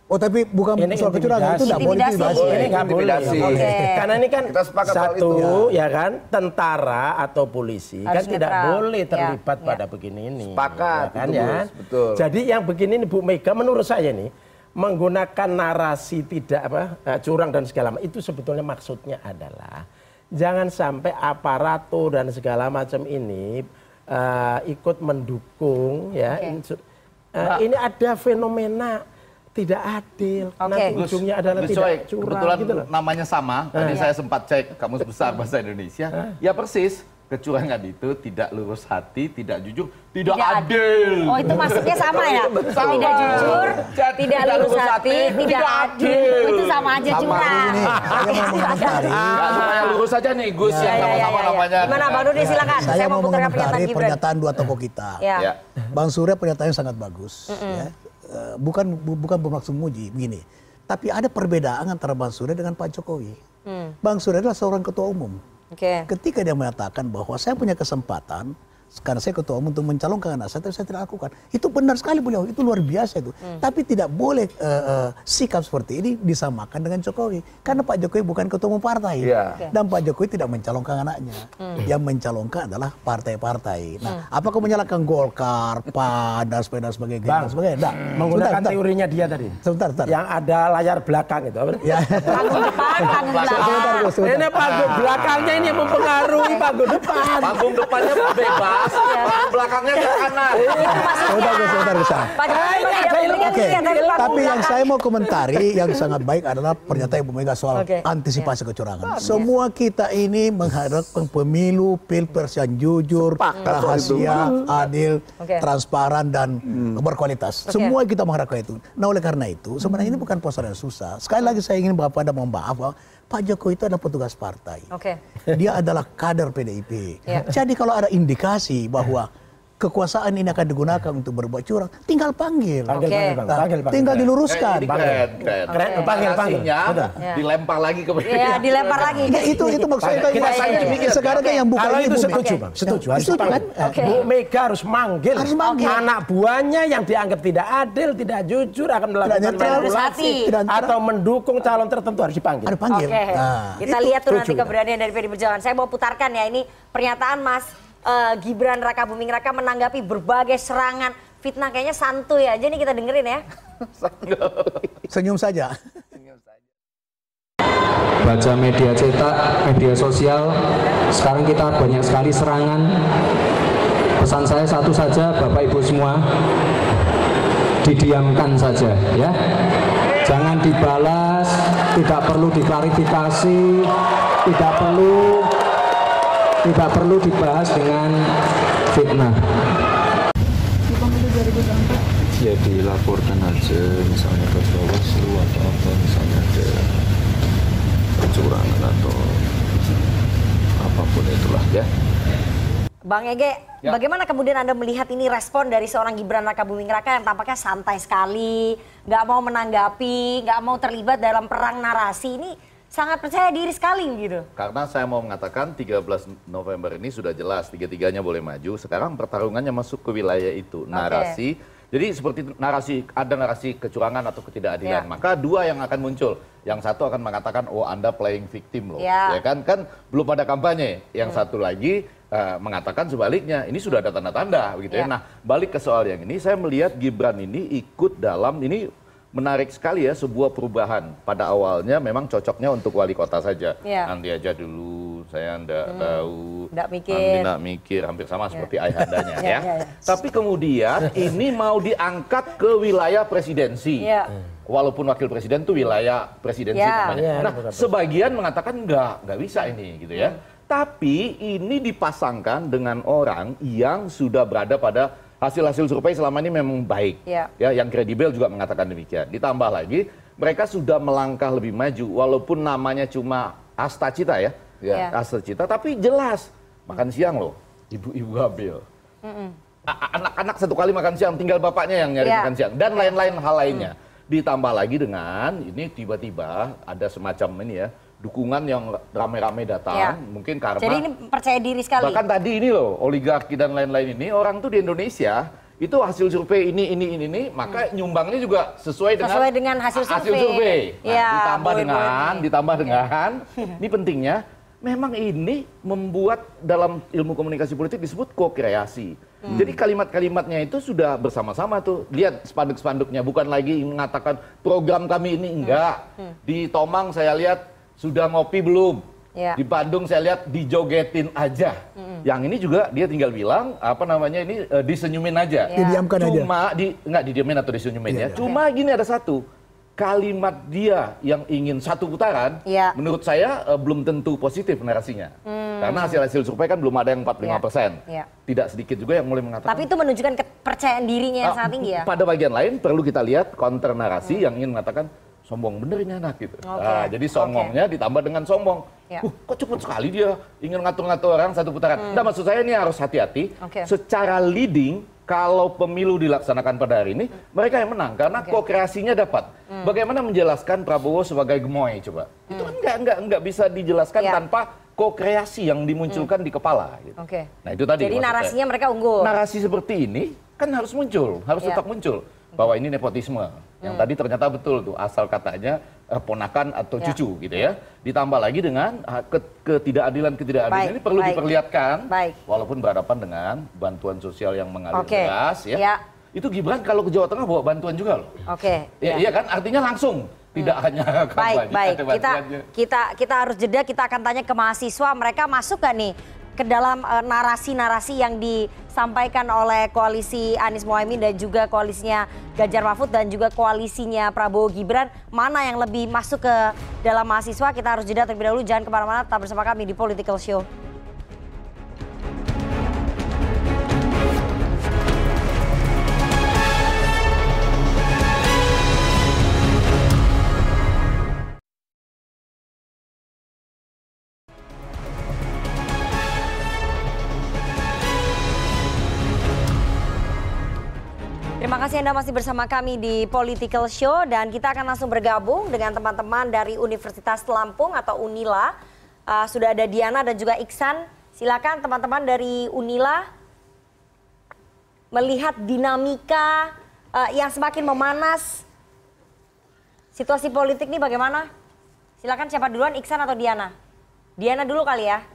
Oh tapi bukan ini soal kecurangan, itu tidak boleh intimidasi. Ini nggak boleh. Okay. Karena ini kan satu itu. ya kan tentara atau polisi harus kan netral. Tidak boleh terlibat ya. Pada ya. Begini ini. Sepakat, ya kan, itu, ya. betul. Jadi yang begini ini Bu Mega menurut saya nih menggunakan narasi tidak apa curang dan segala macam itu sebetulnya maksudnya adalah jangan sampai aparatur dan segala macam ini uh, ikut mendukung ya. Okay. Uh, ini ada fenomena tidak adil, okay. Nanti ujungnya adalah Gus, tidak Coy, curang. Kebetulan gitu namanya sama, ah. tadi saya sempat cek Kamus Besar Bahasa Indonesia, ah. ya persis, kecurangan itu tidak lurus hati, tidak jujur, tidak, tidak adil. Oh itu maksudnya sama ya? Sama. Tidak jujur, tidak, tidak lurus hati, hati tidak, tidak adil. Oh, itu sama aja sama curang. Nah, supaya lurus saja nih Gus, ya, yang sama-sama ya, ya, ya. namanya. Gimana Bang Nurdin, silakan. Saya, saya mau mengomentari pernyataan dua tokoh kita. Ya. Ya. Bang Surya pernyataannya sangat bagus. Mm -mm. Ya. Bukan bukan bermaksud muji begini, tapi ada perbedaan antara Bang Surya dengan Pak Jokowi. Hmm. Bang Surya adalah seorang ketua umum. Okay. Ketika dia mengatakan bahwa saya punya kesempatan karena saya ketua umum untuk mencalonkan anak saya, tapi saya tidak lakukan. Itu benar sekali beliau, itu luar biasa itu. Hmm. Tapi tidak boleh uh, uh, sikap seperti ini disamakan dengan Jokowi. Karena Pak Jokowi bukan ketua umum partai. Yeah. Okay. Dan Pak Jokowi tidak mencalonkan anaknya. Hmm. Yang mencalonkan adalah partai-partai. Nah, hmm. apakah menyalahkan Golkar, P A N, dan sebagainya? Bang, sebagainya? Nah, menggunakan sebentar, teorinya dia tadi. Sebentar, sebentar. Yang ada layar belakang itu. Ya. Panggung depan, panggung belakang. Ini panggung belakangnya ini yang mempengaruhi panggung depan. Panggung depannya bebas. Ya. Belakangnya ke kanan. Saudara, saudara, saudara. Oke. Tapi yang saya mau komentari yang sangat baik adalah pernyataan Ibu Mega soal okay. antisipasi yeah. kecurangan. Yeah. Semua kita ini mengharapkan pemilu pilpres yang jujur, rahasia, adil, okay. transparan dan hmm. berkualitas. Okay. Semua kita mengharapkan itu. Nah oleh karena itu sebenarnya hmm. ini bukan persoalan yang susah. Sekali lagi saya ingin Bapak Anda mohon maaf bahwa Pak Jokowi itu adalah petugas partai. Okay. Dia adalah kader P D I P. Yeah. Jadi kalau ada indikasi bahwa kekuasaan ini akan digunakan untuk berbuat curang, tinggal panggil. Panggil, okay. panggil, panggil, panggil, panggil. Tinggal diluruskan. Eh, keren, keren. Keren, okay. panggil, panggil. Ya. Dilempar lagi ke mereka. Iya, dilempar lagi. Ya, itu itu maksudnya kita, kita ya. Sekarang kan yang bukan kalau ini itu Bu setuju, okay. Bang. Setuju, harus setuju kan? Okay. Bu Mega harus manggil. Harus manggil. Anak buahnya yang dianggap tidak adil, tidak jujur akan melakukan manipulasi atau mendukung calon tertentu harus dipanggil. Ada panggil. Okay. Nah, kita lihat tuh nanti keberanian dari P D I Perjuangan. Saya mau putarkan ya ini pernyataan Mas uh, Gibran Raka Buming Raka menanggapi berbagai serangan fitnah, kayaknya santuy aja nih, kita dengerin ya. Senyum saja. Baca media cetak, media sosial, sekarang kita banyak sekali serangan. Pesan saya satu saja, Bapak Ibu semua, didiamkan saja ya. Jangan dibalas, tidak perlu diklarifikasi, tidak perlu tidak perlu dibahas dengan fitnah. Ya dilaporkan aja, misalnya ke Bawaslu atau apa, misalnya ada kecurangan atau apapun itulah ya. Bang Ege, ya. Bagaimana kemudian Anda melihat ini respon dari seorang Gibran Raka Buming Raka yang tampaknya santai sekali, nggak mau menanggapi, nggak mau terlibat dalam perang narasi, ini sangat percaya diri sekali gitu. Karena saya mau mengatakan tiga belas November ini sudah jelas, tiga-tiganya boleh maju, sekarang pertarungannya masuk ke wilayah itu, narasi. Okay. Jadi seperti narasi, ada narasi kecurangan atau ketidakadilan, ya. Maka dua yang akan muncul. Yang satu akan mengatakan, oh Anda playing victim loh, ya, ya kan? Kan belum ada kampanye. Yang hmm. satu lagi uh, mengatakan sebaliknya, ini sudah ada tanda-tanda begitu ya. ya. Nah balik ke soal yang ini, saya melihat Gibran ini ikut dalam, ini menarik sekali ya, sebuah perubahan. Pada awalnya memang cocoknya untuk wali kota saja. Ya. Nanti aja dulu, saya enggak hmm. tahu. Enggak mikir. Nanti enggak mikir, hampir sama ya. seperti ayahandanya ya. ya. ya, ya. Tapi kemudian ini mau diangkat ke wilayah presidensi. Ya. Walaupun wakil presiden itu wilayah presidensi ya. namanya. Ya, nah, betul. Sebagian mengatakan enggak, enggak bisa ini gitu ya. Hmm. Tapi ini dipasangkan dengan orang yang sudah berada pada hasil-hasil survei selama ini memang baik, ya. ya, yang kredibel juga mengatakan demikian. Ditambah lagi, mereka sudah melangkah lebih maju, walaupun namanya cuma Asta Cita ya, ya. Asta Cita, tapi jelas makan siang loh, ibu-ibu hamil, anak-anak satu kali makan siang, tinggal bapaknya yang nyari ya. makan siang, dan lain-lain hal lainnya. Hmm. Ditambah lagi dengan ini tiba-tiba ada semacam ini ya, dukungan yang rame-rame datang, ya. mungkin karena... Jadi ini percaya diri sekali. Bahkan tadi ini loh, oligarki dan lain-lain ini, orang tuh di Indonesia itu hasil survei ini ini ini, ini maka hmm. nyumbangnya juga sesuai dengan sesuai dengan hasil survei. Hasil survei. Nah, ya, ditambah boleh, dengan boleh. ditambah dengan ini pentingnya memang ini membuat dalam ilmu komunikasi politik disebut ko-kreasi. Hmm. Jadi kalimat-kalimatnya itu sudah bersama-sama tuh. Lihat spanduk-spanduknya bukan lagi mengatakan program kami ini enggak. Hmm. Di Tomang saya lihat sudah ngopi belum? Ya. Di Bandung saya lihat dijogetin aja. Mm-hmm. Yang ini juga dia tinggal bilang apa namanya ini uh, disenyumin aja. Ya. Didiamkan Cuma, aja. Cuma di enggak didiamin atau disenyumin ya. Ya, ya. Cuma okay. gini ada satu kalimat dia yang ingin satu putaran. Ya. Menurut saya uh, belum tentu positif narasinya. Hmm. Karena hasil-hasil survei kan belum ada yang empat puluh lima persen. Ya. Ya. Tidak sedikit juga yang mulai mengatakan. Tapi itu menunjukkan kepercayaan dirinya yang uh, sangat tinggi ya. Pada bagian lain perlu kita lihat counter narasi hmm. yang ingin mengatakan sombong bener ini anak gitu. Okay. Nah, jadi songongnya okay. ditambah dengan sombong. Ya. Uh, kok cepet sekali dia ingin ngatur-ngatur orang satu putaran. Hmm. Nah, maksud saya ini harus hati-hati. Okay. Secara leading, kalau pemilu dilaksanakan pada hari ini, hmm. mereka yang menang karena okay. ko-kreasinya dapat. Hmm. Bagaimana menjelaskan Prabowo sebagai gemoy coba? Hmm. Itu kan nggak nggak nggak bisa dijelaskan ya. tanpa ko-kreasi yang dimunculkan hmm. di kepala. Gitu. Okay. Nah itu tadi. Jadi narasinya saya. mereka unggul. Narasi seperti ini kan harus muncul, harus ya. tetap muncul. Bahwa ini nepotisme. Yang hmm. tadi ternyata betul tuh asal katanya eh, ponakan atau ya. cucu gitu ya. Ditambah lagi dengan ke, ketidakadilan ketidakadilan ini perlu baik. diperlihatkan baik. walaupun berhadapan dengan bantuan sosial yang mengalir okay. deras ya. ya. Itu Gibran kalau ke Jawa Tengah bawa bantuan juga loh. Oke. Okay. Ya, ya. Iya kan artinya langsung tidak hmm. hanya baik baik kita kita kita harus jeda, kita akan tanya ke mahasiswa mereka masuk gak nih ke dalam narasi-narasi uh, yang disampaikan oleh koalisi Anies Mohaimin dan juga koalisinya Ganjar Mahfud dan juga koalisinya Prabowo Gibran, mana yang lebih masuk ke dalam mahasiswa. Kita harus jeda terlebih dahulu, jangan kemana-mana, tetap bersama kami di Political Show. Terima kasih Anda masih bersama kami di Political Show dan kita akan langsung bergabung dengan teman-teman dari Universitas Lampung atau Unila. Uh, sudah ada Diana dan juga Iksan. Silakan teman-teman dari Unila melihat dinamika uh, yang semakin memanas. Situasi politik ini bagaimana? Silakan siapa duluan, Iksan atau Diana? Diana dulu kali ya.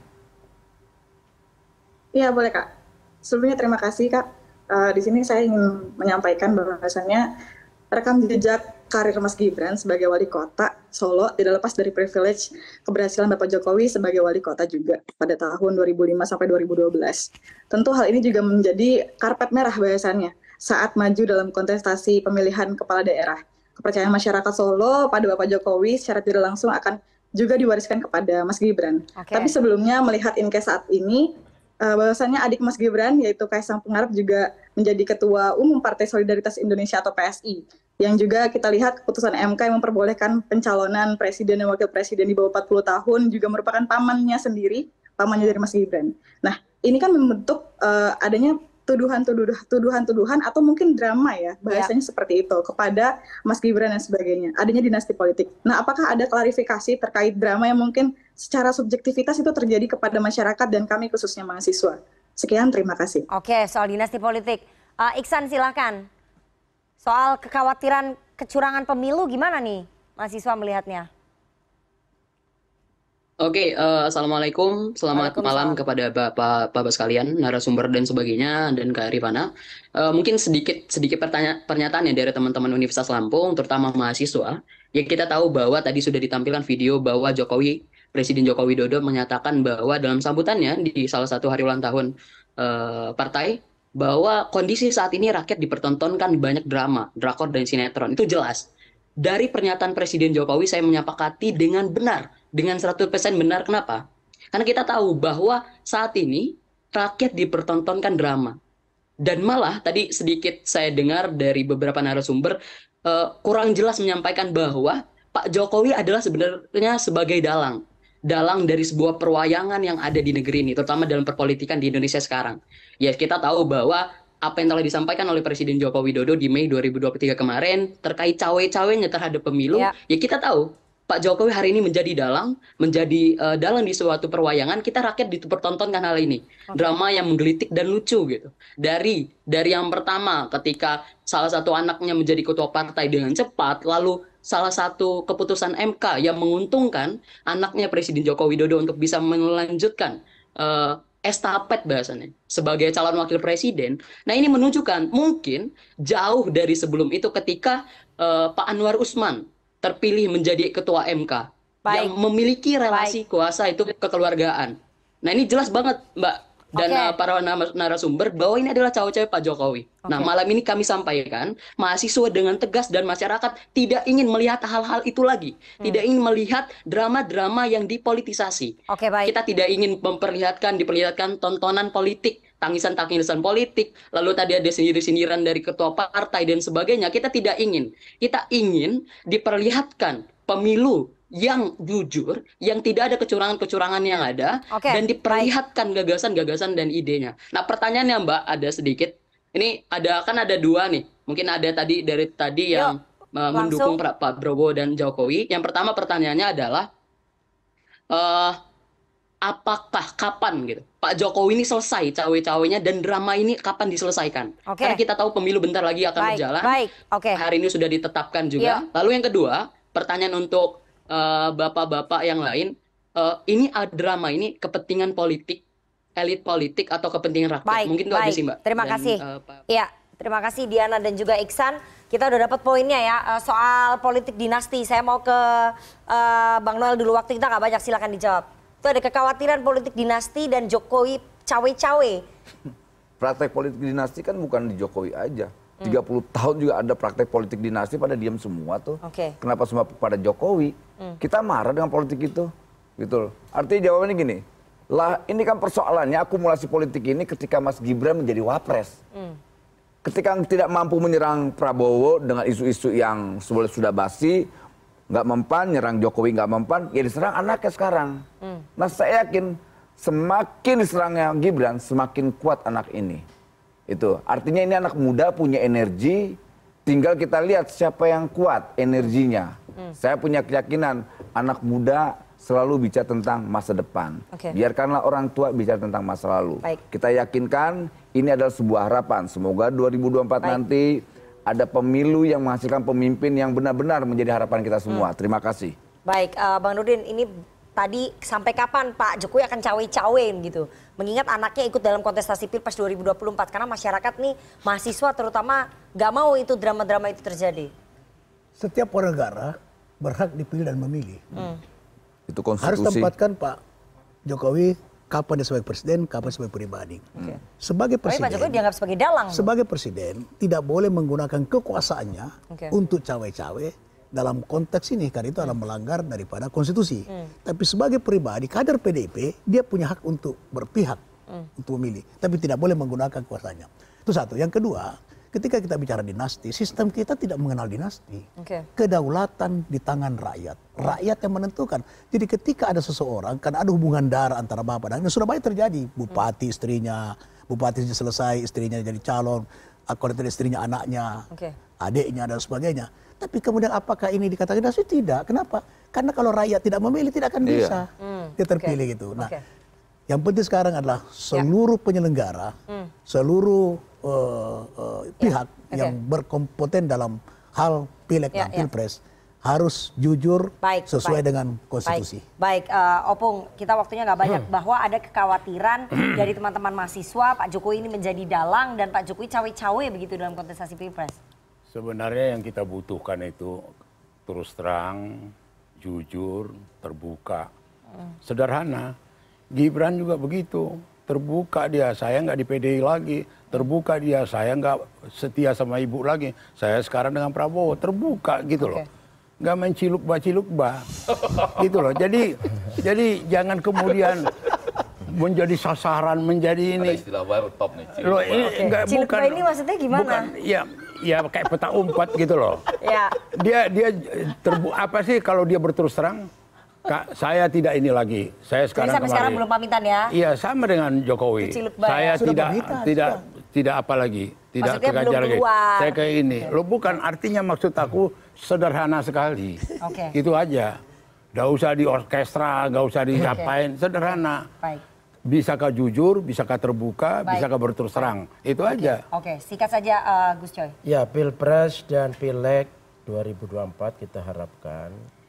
Iya boleh Kak. Sebelumnya terima kasih Kak. Uh, di sini saya ingin menyampaikan bahwasannya rekam jejak karir Mas Gibran sebagai wali kota Solo tidak lepas dari privilege keberhasilan Bapak Jokowi sebagai wali kota juga pada tahun dua ribu lima sampai dua ribu dua belas. Tentu hal ini juga menjadi karpet merah bahasannya saat maju dalam kontestasi pemilihan kepala daerah. Kepercayaan masyarakat Solo pada Bapak Jokowi secara tidak langsung akan juga diwariskan kepada Mas Gibran. Okay. Tapi sebelumnya melihat Inkes saat ini, Uh, bahwasannya adik Mas Gibran yaitu Kaisang Pangarep juga menjadi Ketua Umum Partai Solidaritas Indonesia atau P S I. Yang juga kita lihat keputusan M K yang memperbolehkan pencalonan presiden dan wakil presiden di bawah empat puluh tahun juga merupakan pamannya sendiri, pamannya dari Mas Gibran. Nah, ini kan membentuk uh, adanya tuduhan-tuduhan atau mungkin drama ya, bahasanya ya. seperti itu kepada Mas Gibran dan sebagainya. Adanya dinasti politik. Nah, apakah ada klarifikasi terkait drama yang mungkin secara subjektivitas itu terjadi kepada masyarakat dan kami khususnya mahasiswa? Sekian, terima kasih. Oke, soal dinasti politik. Uh, Iksan silakan. Soal kekhawatiran kecurangan pemilu gimana nih mahasiswa melihatnya? Oke, uh, Assalamualaikum, selamat malam kepada Bapak-Bapak sekalian, narasumber dan sebagainya, dan Kak Rifana. Uh, mungkin sedikit sedikit pertanya pernyataan ya dari teman-teman Universitas Lampung, terutama mahasiswa. Ya kita tahu bahwa tadi sudah ditampilkan video bahwa Jokowi, Presiden Joko Widodo menyatakan bahwa dalam sambutannya di salah satu hari ulang tahun uh, partai, bahwa kondisi saat ini rakyat dipertontonkan banyak drama, drakor dan sinetron, itu jelas. Dari pernyataan Presiden Jokowi saya menyepakati dengan benar. Dengan seratus persen benar, kenapa? Karena kita tahu bahwa saat ini rakyat dipertontonkan drama. Dan malah tadi sedikit saya dengar dari beberapa narasumber uh, kurang jelas menyampaikan bahwa Pak Jokowi adalah sebenarnya sebagai dalang. Dalang dari sebuah perwayangan yang ada di negeri ini, terutama dalam perpolitikan di Indonesia sekarang. Ya kita tahu bahwa apa yang telah disampaikan oleh Presiden Joko Widodo di Mei dua ribu dua puluh tiga kemarin terkait cawe-cawenya terhadap pemilu, ya, ya kita tahu Pak Jokowi hari ini menjadi dalang, menjadi uh, dalang di suatu perwayangan, kita rakyat dipertontonkan hal ini. Okay. Drama yang menggelitik dan lucu gitu. Dari dari yang pertama ketika salah satu anaknya menjadi ketua partai dengan cepat, lalu salah satu keputusan M K yang menguntungkan anaknya Presiden Joko Widodo untuk bisa melanjutkan uh, estafet bahasanya sebagai calon wakil presiden. Nah ini menunjukkan mungkin jauh dari sebelum itu ketika uh, Pak Anwar Usman terpilih menjadi ketua M K. Baik. Yang memiliki relasi Baik. kuasa itu kekeluargaan. Nah ini jelas banget Mbak dan okay. uh, para narasumber bahwa ini adalah cawe-cawe Pak Jokowi. Okay. Nah malam ini kami sampaikan mahasiswa dengan tegas dan masyarakat tidak ingin melihat hal-hal itu lagi, hmm. tidak ingin melihat drama-drama yang dipolitisasi. Okay, baik. Kita tidak ingin memperlihatkan, diperlihatkan tontonan politik, tangisan-tangisan politik, lalu tadi ada sindir-sindiran dari ketua partai dan sebagainya. Kita tidak ingin. Kita ingin diperlihatkan pemilu yang jujur, yang tidak ada kecurangan-kecurangan yang ada, okay. dan diperlihatkan gagasan-gagasan dan idenya. Nah pertanyaannya Mbak ada sedikit, ini ada kan ada dua nih, mungkin ada tadi dari tadi yang Yo, uh, mendukung Pak Prabowo dan Jokowi. Yang pertama pertanyaannya adalah, uh, apakah kapan gitu Pak Jokowi ini selesai cawe-cawenya dan drama ini kapan diselesaikan? Okay. Karena kita tahu pemilu bentar lagi akan baik, berjalan, baik. Okay. Hari ini sudah ditetapkan juga. Yo. Lalu yang kedua, pertanyaan untuk bapak-bapak uh, yang lain, uh, ini drama ini kepentingan politik, elit politik atau kepentingan rakyat? Baik, mungkin itu aja sih Mbak. Terima dan, kasih. Iya, uh, terima kasih Diana dan juga Iksan. Kita udah dapat poinnya ya uh, soal politik dinasti. Saya mau ke uh, Bang Noel dulu, waktu kita nggak banyak, silakan dijawab. Itu ada kekhawatiran politik dinasti dan Jokowi cawe-cawe. Praktek politik dinasti kan bukan di Jokowi aja. tiga puluh tahun juga ada praktek politik dinasti pada diam semua tuh. Okay. Kenapa semua pada Jokowi? Hmm. Kita marah dengan politik itu. Gitu. Artinya jawabannya gini, lah ini kan persoalannya akumulasi politik ini ketika Mas Gibran menjadi wapres. Hmm. Ketika tidak mampu menyerang Prabowo dengan isu-isu yang sudah basi, nggak mempan, nyerang Jokowi nggak mempan, ya diserang anaknya sekarang. Hmm. Nah saya yakin semakin diserangnya Gibran, semakin kuat anak ini. Itu artinya ini anak muda punya energi, tinggal kita lihat siapa yang kuat energinya. Hmm. Saya punya keyakinan anak muda selalu bicara tentang masa depan. Okay. Biarkanlah orang tua bicara tentang masa lalu. Baik. Kita yakinkan ini adalah sebuah harapan. Semoga dua ribu dua puluh empat Baik. nanti ada pemilu yang menghasilkan pemimpin yang benar-benar menjadi harapan kita semua. Hmm. Terima kasih. Baik, uh, Bang Nurdin, ini tadi sampai kapan Pak Jokowi akan cawe-cawe gitu? Mengingat anaknya ikut dalam kontestasi Pilpres dua ribu dua puluh empat. Karena masyarakat nih, mahasiswa terutama nggak mau itu drama-drama itu terjadi. Setiap warga negara berhak dipilih dan memilih. Hmm. Itu konstitusi. Harus tempatkan Pak Jokowi kapan dia sebagai presiden, kapan sebagai pribadi. Okay. Sebagai presiden, Pak Jokowi dianggap sebagai dalang. Sebagai presiden tidak boleh menggunakan kekuasaannya okay. untuk cawe-cawe. Dalam konteks ini karena itu adalah melanggar daripada konstitusi. Hmm. Tapi sebagai pribadi kader P D I P dia punya hak untuk berpihak hmm. untuk memilih, tapi tidak boleh menggunakan kuasanya. Itu satu. Yang kedua, ketika kita bicara dinasti, sistem kita tidak mengenal dinasti. Okay. Kedaulatan di tangan rakyat, rakyat yang menentukan. Jadi ketika ada seseorang kan ada hubungan darah antara bapak dan sudah banyak terjadi. Bupati istrinya, bupati selesai istrinya jadi calon, kalau tidak istrinya anaknya, okay. adiknya dan sebagainya. Tapi kemudian apakah ini dikatakan dinasti? Tidak. Kenapa? Karena kalau rakyat tidak memilih tidak akan bisa hmm. dia terpilih okay. gitu. Nah, okay. yang penting sekarang adalah seluruh ya. penyelenggara, hmm. seluruh uh, uh, pihak ya. okay. yang berkompeten dalam hal pileg ya, dan pilpres ya. harus jujur baik, sesuai baik. dengan konstitusi. Baik, baik uh, Opung, kita waktunya nggak banyak. Hmm. Bahwa ada kekhawatiran dari teman-teman mahasiswa Pak Jokowi ini menjadi dalang dan Pak Jokowi cawe-cawe begitu dalam kontestasi pilpres. Sebenarnya yang kita butuhkan itu terus terang, jujur, terbuka, hmm. sederhana. Gibran juga begitu, terbuka dia, saya nggak di P D I lagi, terbuka dia, saya nggak setia sama ibu lagi, saya sekarang dengan Prabowo, terbuka gitu loh. Okay. Nggak main ciluk-ba-ciluk-ba, gitu loh. Jadi, jadi jangan kemudian menjadi sasaran, menjadi ini. Ada istilah baru top nih. Loh, ini okay. enggak, bukan. Ciluk-ba ini maksudnya gimana? Bukan, ya. Ya kayak peta umpat gitu loh. Ya. Dia dia terbu apa sih kalau dia berterus terang, Kak, saya tidak ini lagi. Saya sekarang Jadi sampai sekarang belum pamitan ya? Iya, sama dengan Jokowi. Saya tidak pamitan, tidak sudah. tidak apa lagi, tidak kegajar lagi. Saya kayak ini. Okay. Lo bukan artinya maksud aku sederhana sekali. Oke. Okay. Itu aja. Nggak usah di orkestra, nggak usah diapain, sederhana. Baik. Bisakah jujur, bisakah terbuka, Baik. bisakah berterus terang. Itu Oke. aja. Oke, singkat saja uh, Gus Coy. Ya, Pilpres dan Pileg dua ribu dua puluh empat kita harapkan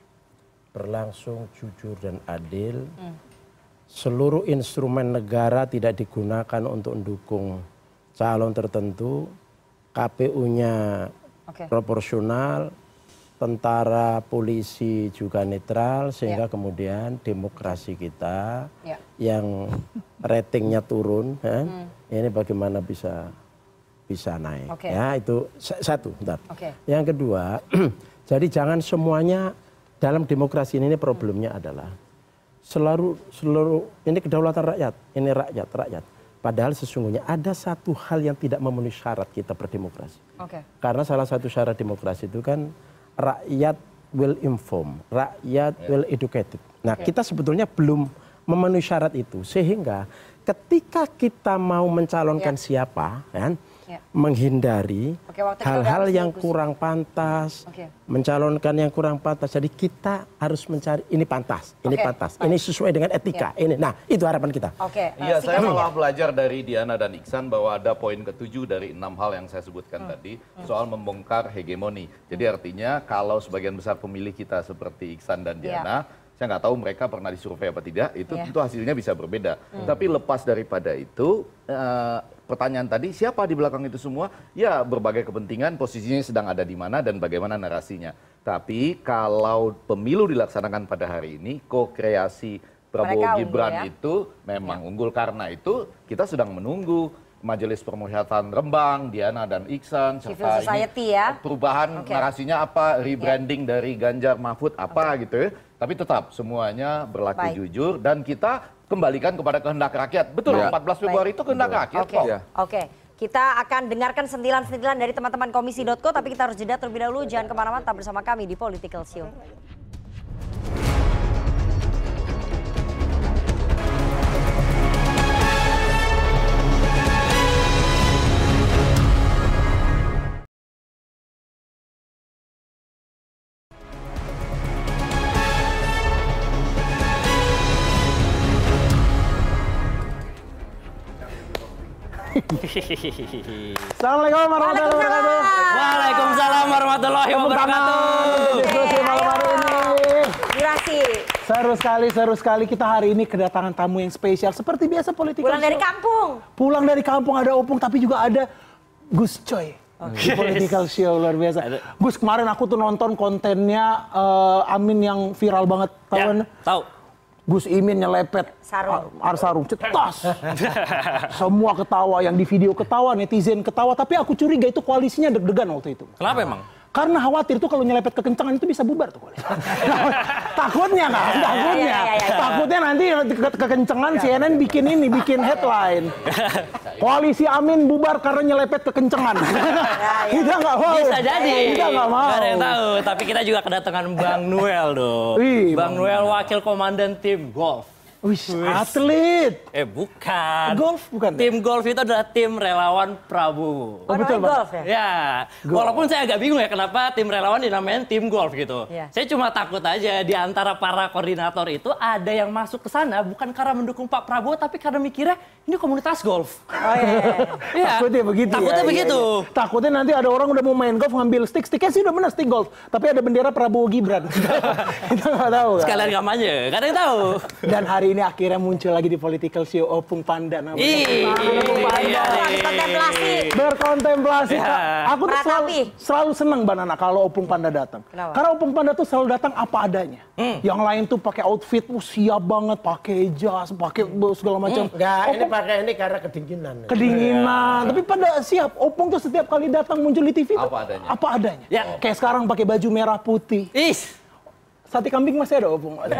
berlangsung jujur dan adil. Hmm. Seluruh instrumen negara tidak digunakan untuk mendukung calon tertentu. K P U-nya okay. proporsional, tentara, polisi juga netral, sehingga yeah. kemudian demokrasi kita yeah. yang ratingnya turun, ya, hmm. ini bagaimana bisa bisa naik. Okay. Ya, itu satu. Bentar. Okay. Yang kedua, jadi jangan semuanya dalam demokrasi ini problemnya hmm. adalah seluruh seluruh ini kedaulatan rakyat, ini rakyat rakyat. Padahal sesungguhnya ada satu hal yang tidak memenuhi syarat kita berdemokrasi. Okay. Karena salah satu syarat demokrasi itu kan rakyat will inform, rakyat yeah. will educated. Nah, okay. kita sebetulnya belum memenuhi syarat itu, sehingga ketika kita mau mencalonkan yeah. siapa, kan, yeah. menghindari hal-hal okay, yang kurang pantas, okay. mencalonkan yang kurang pantas. Jadi kita harus mencari ini pantas, ini okay. pantas, Baik. ini sesuai dengan etika. Yeah. Ini, nah itu harapan kita. Oke. Okay. Iya, uh, saya malah belajar dari Diana dan Iksan bahwa ada poin ketujuh dari enam hal yang saya sebutkan hmm. tadi hmm. soal membongkar hegemoni. Jadi hmm. artinya kalau sebagian besar pemilih kita seperti Iksan dan Diana, yeah. saya nggak tahu mereka pernah disurvei apa tidak, itu yeah. tentu hasilnya bisa berbeda. Hmm. Tapi lepas daripada itu, uh, pertanyaan tadi, siapa di belakang itu semua? Ya, berbagai kepentingan, posisinya sedang ada di mana dan bagaimana narasinya. Tapi kalau pemilu dilaksanakan pada hari ini, ko-kreasi Prabowo Gibran ya? itu memang ya. unggul. Karena itu kita sedang menunggu Majelis Permusyawaratan Rembang, Diana dan Iksan, serta ini ya? perubahan okay. narasinya apa, rebranding ya. dari Ganjar Mahfud apa okay. gitu ya. Tapi tetap semuanya berlaku Baik. jujur dan kita kembalikan kepada kehendak rakyat. Betul, ya. empat belas Februari Baik. itu kehendak rakyat Oke, okay. ya. okay. kita akan dengarkan sentilan-sentilan dari teman-teman komisi dot co, tapi kita harus jeda terlebih dahulu. Jangan kemana-mana, tetap bersama kami di Political Show. Assalamualaikum warahmatullahi wabarakatuh. Waalaikumsalam warahmatullahi wabarakatuh. Diskusi malam hari ini. Durasi. Seru sekali, seru sekali kita hari ini kedatangan tamu yang spesial. Seperti biasa politik. Pulang dari kampung. Pulang dari kampung, ada Opung, tapi juga ada Gus Coy. Di Political Show, luar biasa. Gus, kemarin aku tuh nonton kontennya uh, Amin yang viral banget. Tahu kan? Ya, tahu. Gus Imin nyelepet sarung, sarung, cetas. Semua ketawa, yang di video ketawa, netizen ketawa. Tapi aku curiga itu koalisinya deg-degan waktu itu. Kenapa emang? Karena khawatir tuh kalau nyelepet kekencangan itu bisa bubar tuh koalisi. Takutnya kan? Takutnya. Ya, ya, ya, ya. Takutnya nanti ke kekencangan C N N bikin ini, bikin headline. Koalisi Amin bubar karena nyelepet kekencangan. Ya, ya. Kita nggak mau. Bisa jadi. Kita nggak mau. Gak ada yang tahu. Tapi kita juga kedatangan Bang Noel dong. Wih, Bang Noel, wakil komandan tim golf. Wih, atlet. Eh bukan. Golf bukan. Tim golf itu adalah tim relawan Prabowo. Oh, betul, golf ya? Ya. Golf. Walaupun saya agak bingung ya kenapa tim relawan dinamain tim golf gitu. Ya. Saya cuma takut aja di antara para koordinator itu ada yang masuk ke sana bukan karena mendukung Pak Prabowo tapi karena mikirnya ini komunitas golf. Oh iya. Ya. Takutnya begitu. Takutnya ya, begitu. Ya, ya. Takutnya nanti ada orang udah mau main golf ngambil stick, sticknya sih udah benar stick golf, tapi ada bendera Prabowo Gibran. Kita nggak tahu. Kan? Sekalian kampanye, nggak ada yang tahu. Dan hari ini akhirnya muncul lagi di Political Show Opung Panda. Nah, Opung Panda. Berkontemplasi. Berkontemplasi. Ya. Aku tuh selalu, selalu senang Mbak Nana kalau Opung Panda datang. Kenapa? Karena Opung Panda tuh selalu datang apa adanya. Hmm. Yang lain tuh pakai outfit, uh, siap banget, pakai jas, pakai segala macam. Hmm. Enggak, ini pakai ini karena kedinginan. Kedinginan. Ya. Tapi pada siap. Opung tuh setiap kali datang muncul di T V apa tuh, adanya. Apa adanya. Ya. Oh. Kayak sekarang pakai baju merah putih. Is. Sate kambing masih ada Opung. eh,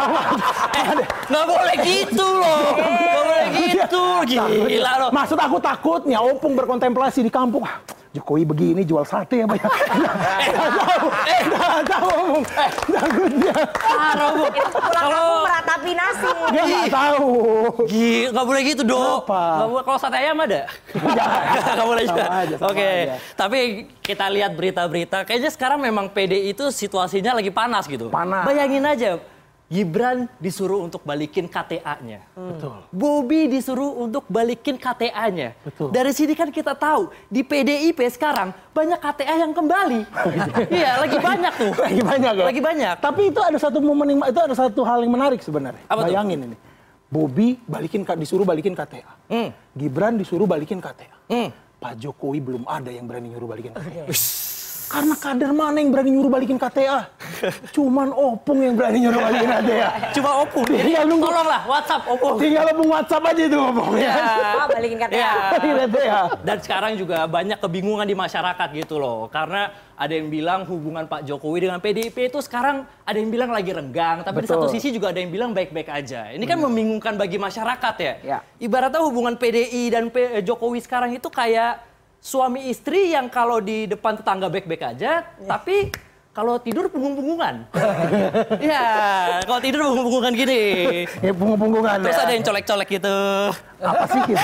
nggak boleh gitu loh. Nggak boleh gitu. Gila loh. Maksud aku takutnya Opung berkontemplasi di kampung. Jokowi begini jual sate apa ya? Nggak tahu, nggak tahu Bung. Takutnya. Ah, Robo. Kalau meratapi nasi. Nggak tahu. Gih, nggak boleh gitu dong. Kalau sate ayam ada? Nggak boleh juga. Oke, tapi kita lihat berita-berita. Kayaknya sekarang memang P D I itu situasinya lagi panas gitu. Panas. Bayangin aja. Gibran disuruh untuk balikin K T A-nya. Betul. Bobi disuruh untuk balikin K T A-nya. Betul. Dari sini kan kita tahu di P D I P sekarang banyak K T A yang kembali. Iya, lagi banyak tuh. Lagi banyak ya. Lagi banyak. Tapi itu ada satu momen yang, itu ada satu hal yang menarik sebenarnya. Apa Bayangin tuh? Ini. Bobi balikin disuruh balikin K T A. Hmm. Gibran disuruh balikin K T A. Hmm. Pak Jokowi belum ada yang berani nyuruh balikin K T A. Karena kader mana yang berani nyuruh balikin K T A? Cuman Opung yang berani nyuruh balikin K T A. Cuma Opung. Tinggal nunggu. Tolonglah WhatsApp Opung. Tinggal Opung WhatsApp aja itu Opung. Ya. Oh, balikin K T A. Ya. Balikin K T A. Dan sekarang juga banyak kebingungan di masyarakat gitu loh. Karena ada yang bilang hubungan Pak Jokowi dengan P D I P itu sekarang ada yang bilang lagi renggang. Tapi Betul. di satu sisi juga ada yang bilang baik-baik aja. Ini kan hmm. membingungkan bagi masyarakat ya. Ya. Ibaratnya hubungan P D I dan P- Jokowi sekarang itu kayak suami istri yang kalau di depan tetangga baik-baik aja, ya. Tapi kalau tidur punggung-punggungan. Iya, kalau tidur punggung-punggungan gini. Ya punggung-punggungan. Terus ya. ada yang colek-colek gitu. Apa sih kita?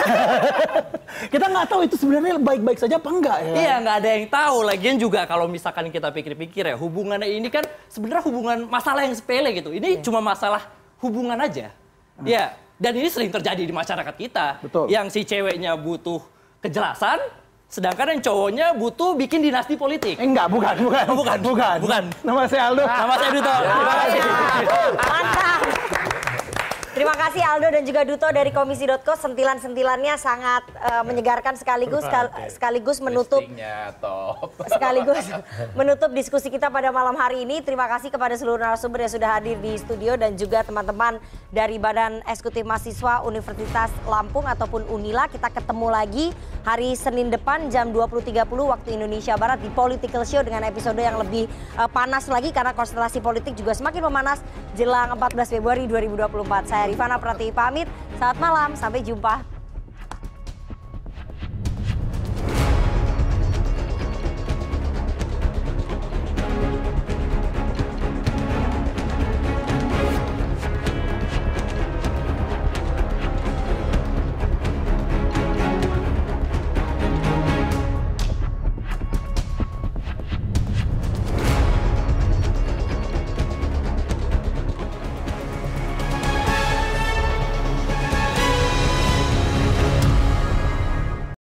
Kita nggak tahu itu sebenarnya baik-baik saja apa enggak ya? Iya, nggak ada yang tahu. Lagian juga kalau misalkan kita pikir-pikir ya, hubungannya ini kan sebenarnya hubungan masalah yang sepele gitu. Ini ya. Cuma masalah hubungan aja. Iya, hmm. Dan ini sering terjadi di masyarakat kita. Betul. Yang si ceweknya butuh kejelasan, sedangkan yang cowoknya butuh bikin dinasti politik. Eh, enggak, bukan, bukan. Oh, bukan. Bukan. Bukan. Nama saya Aldo. Nama saya Duto. Terima kasih. Mantap. Terima kasih Aldo dan juga Duto dari komisi dot co. Sentilan-sentilannya sangat uh, menyegarkan sekaligus sekal, sekaligus menutup sekaligus menutup diskusi kita pada malam hari ini. Terima kasih kepada seluruh narasumber yang sudah hadir di studio dan juga teman-teman dari Badan Eksekutif Mahasiswa Universitas Lampung ataupun Unila. Kita ketemu lagi hari Senin depan jam dua puluh tiga puluh waktu Indonesia Barat di Political Show dengan episode yang lebih uh, panas lagi karena konstelasi politik juga semakin memanas jelang empat belas Februari dua ribu dua puluh empat. Saya Rifana Pratiwi pamit. Selamat malam, sampai jumpa.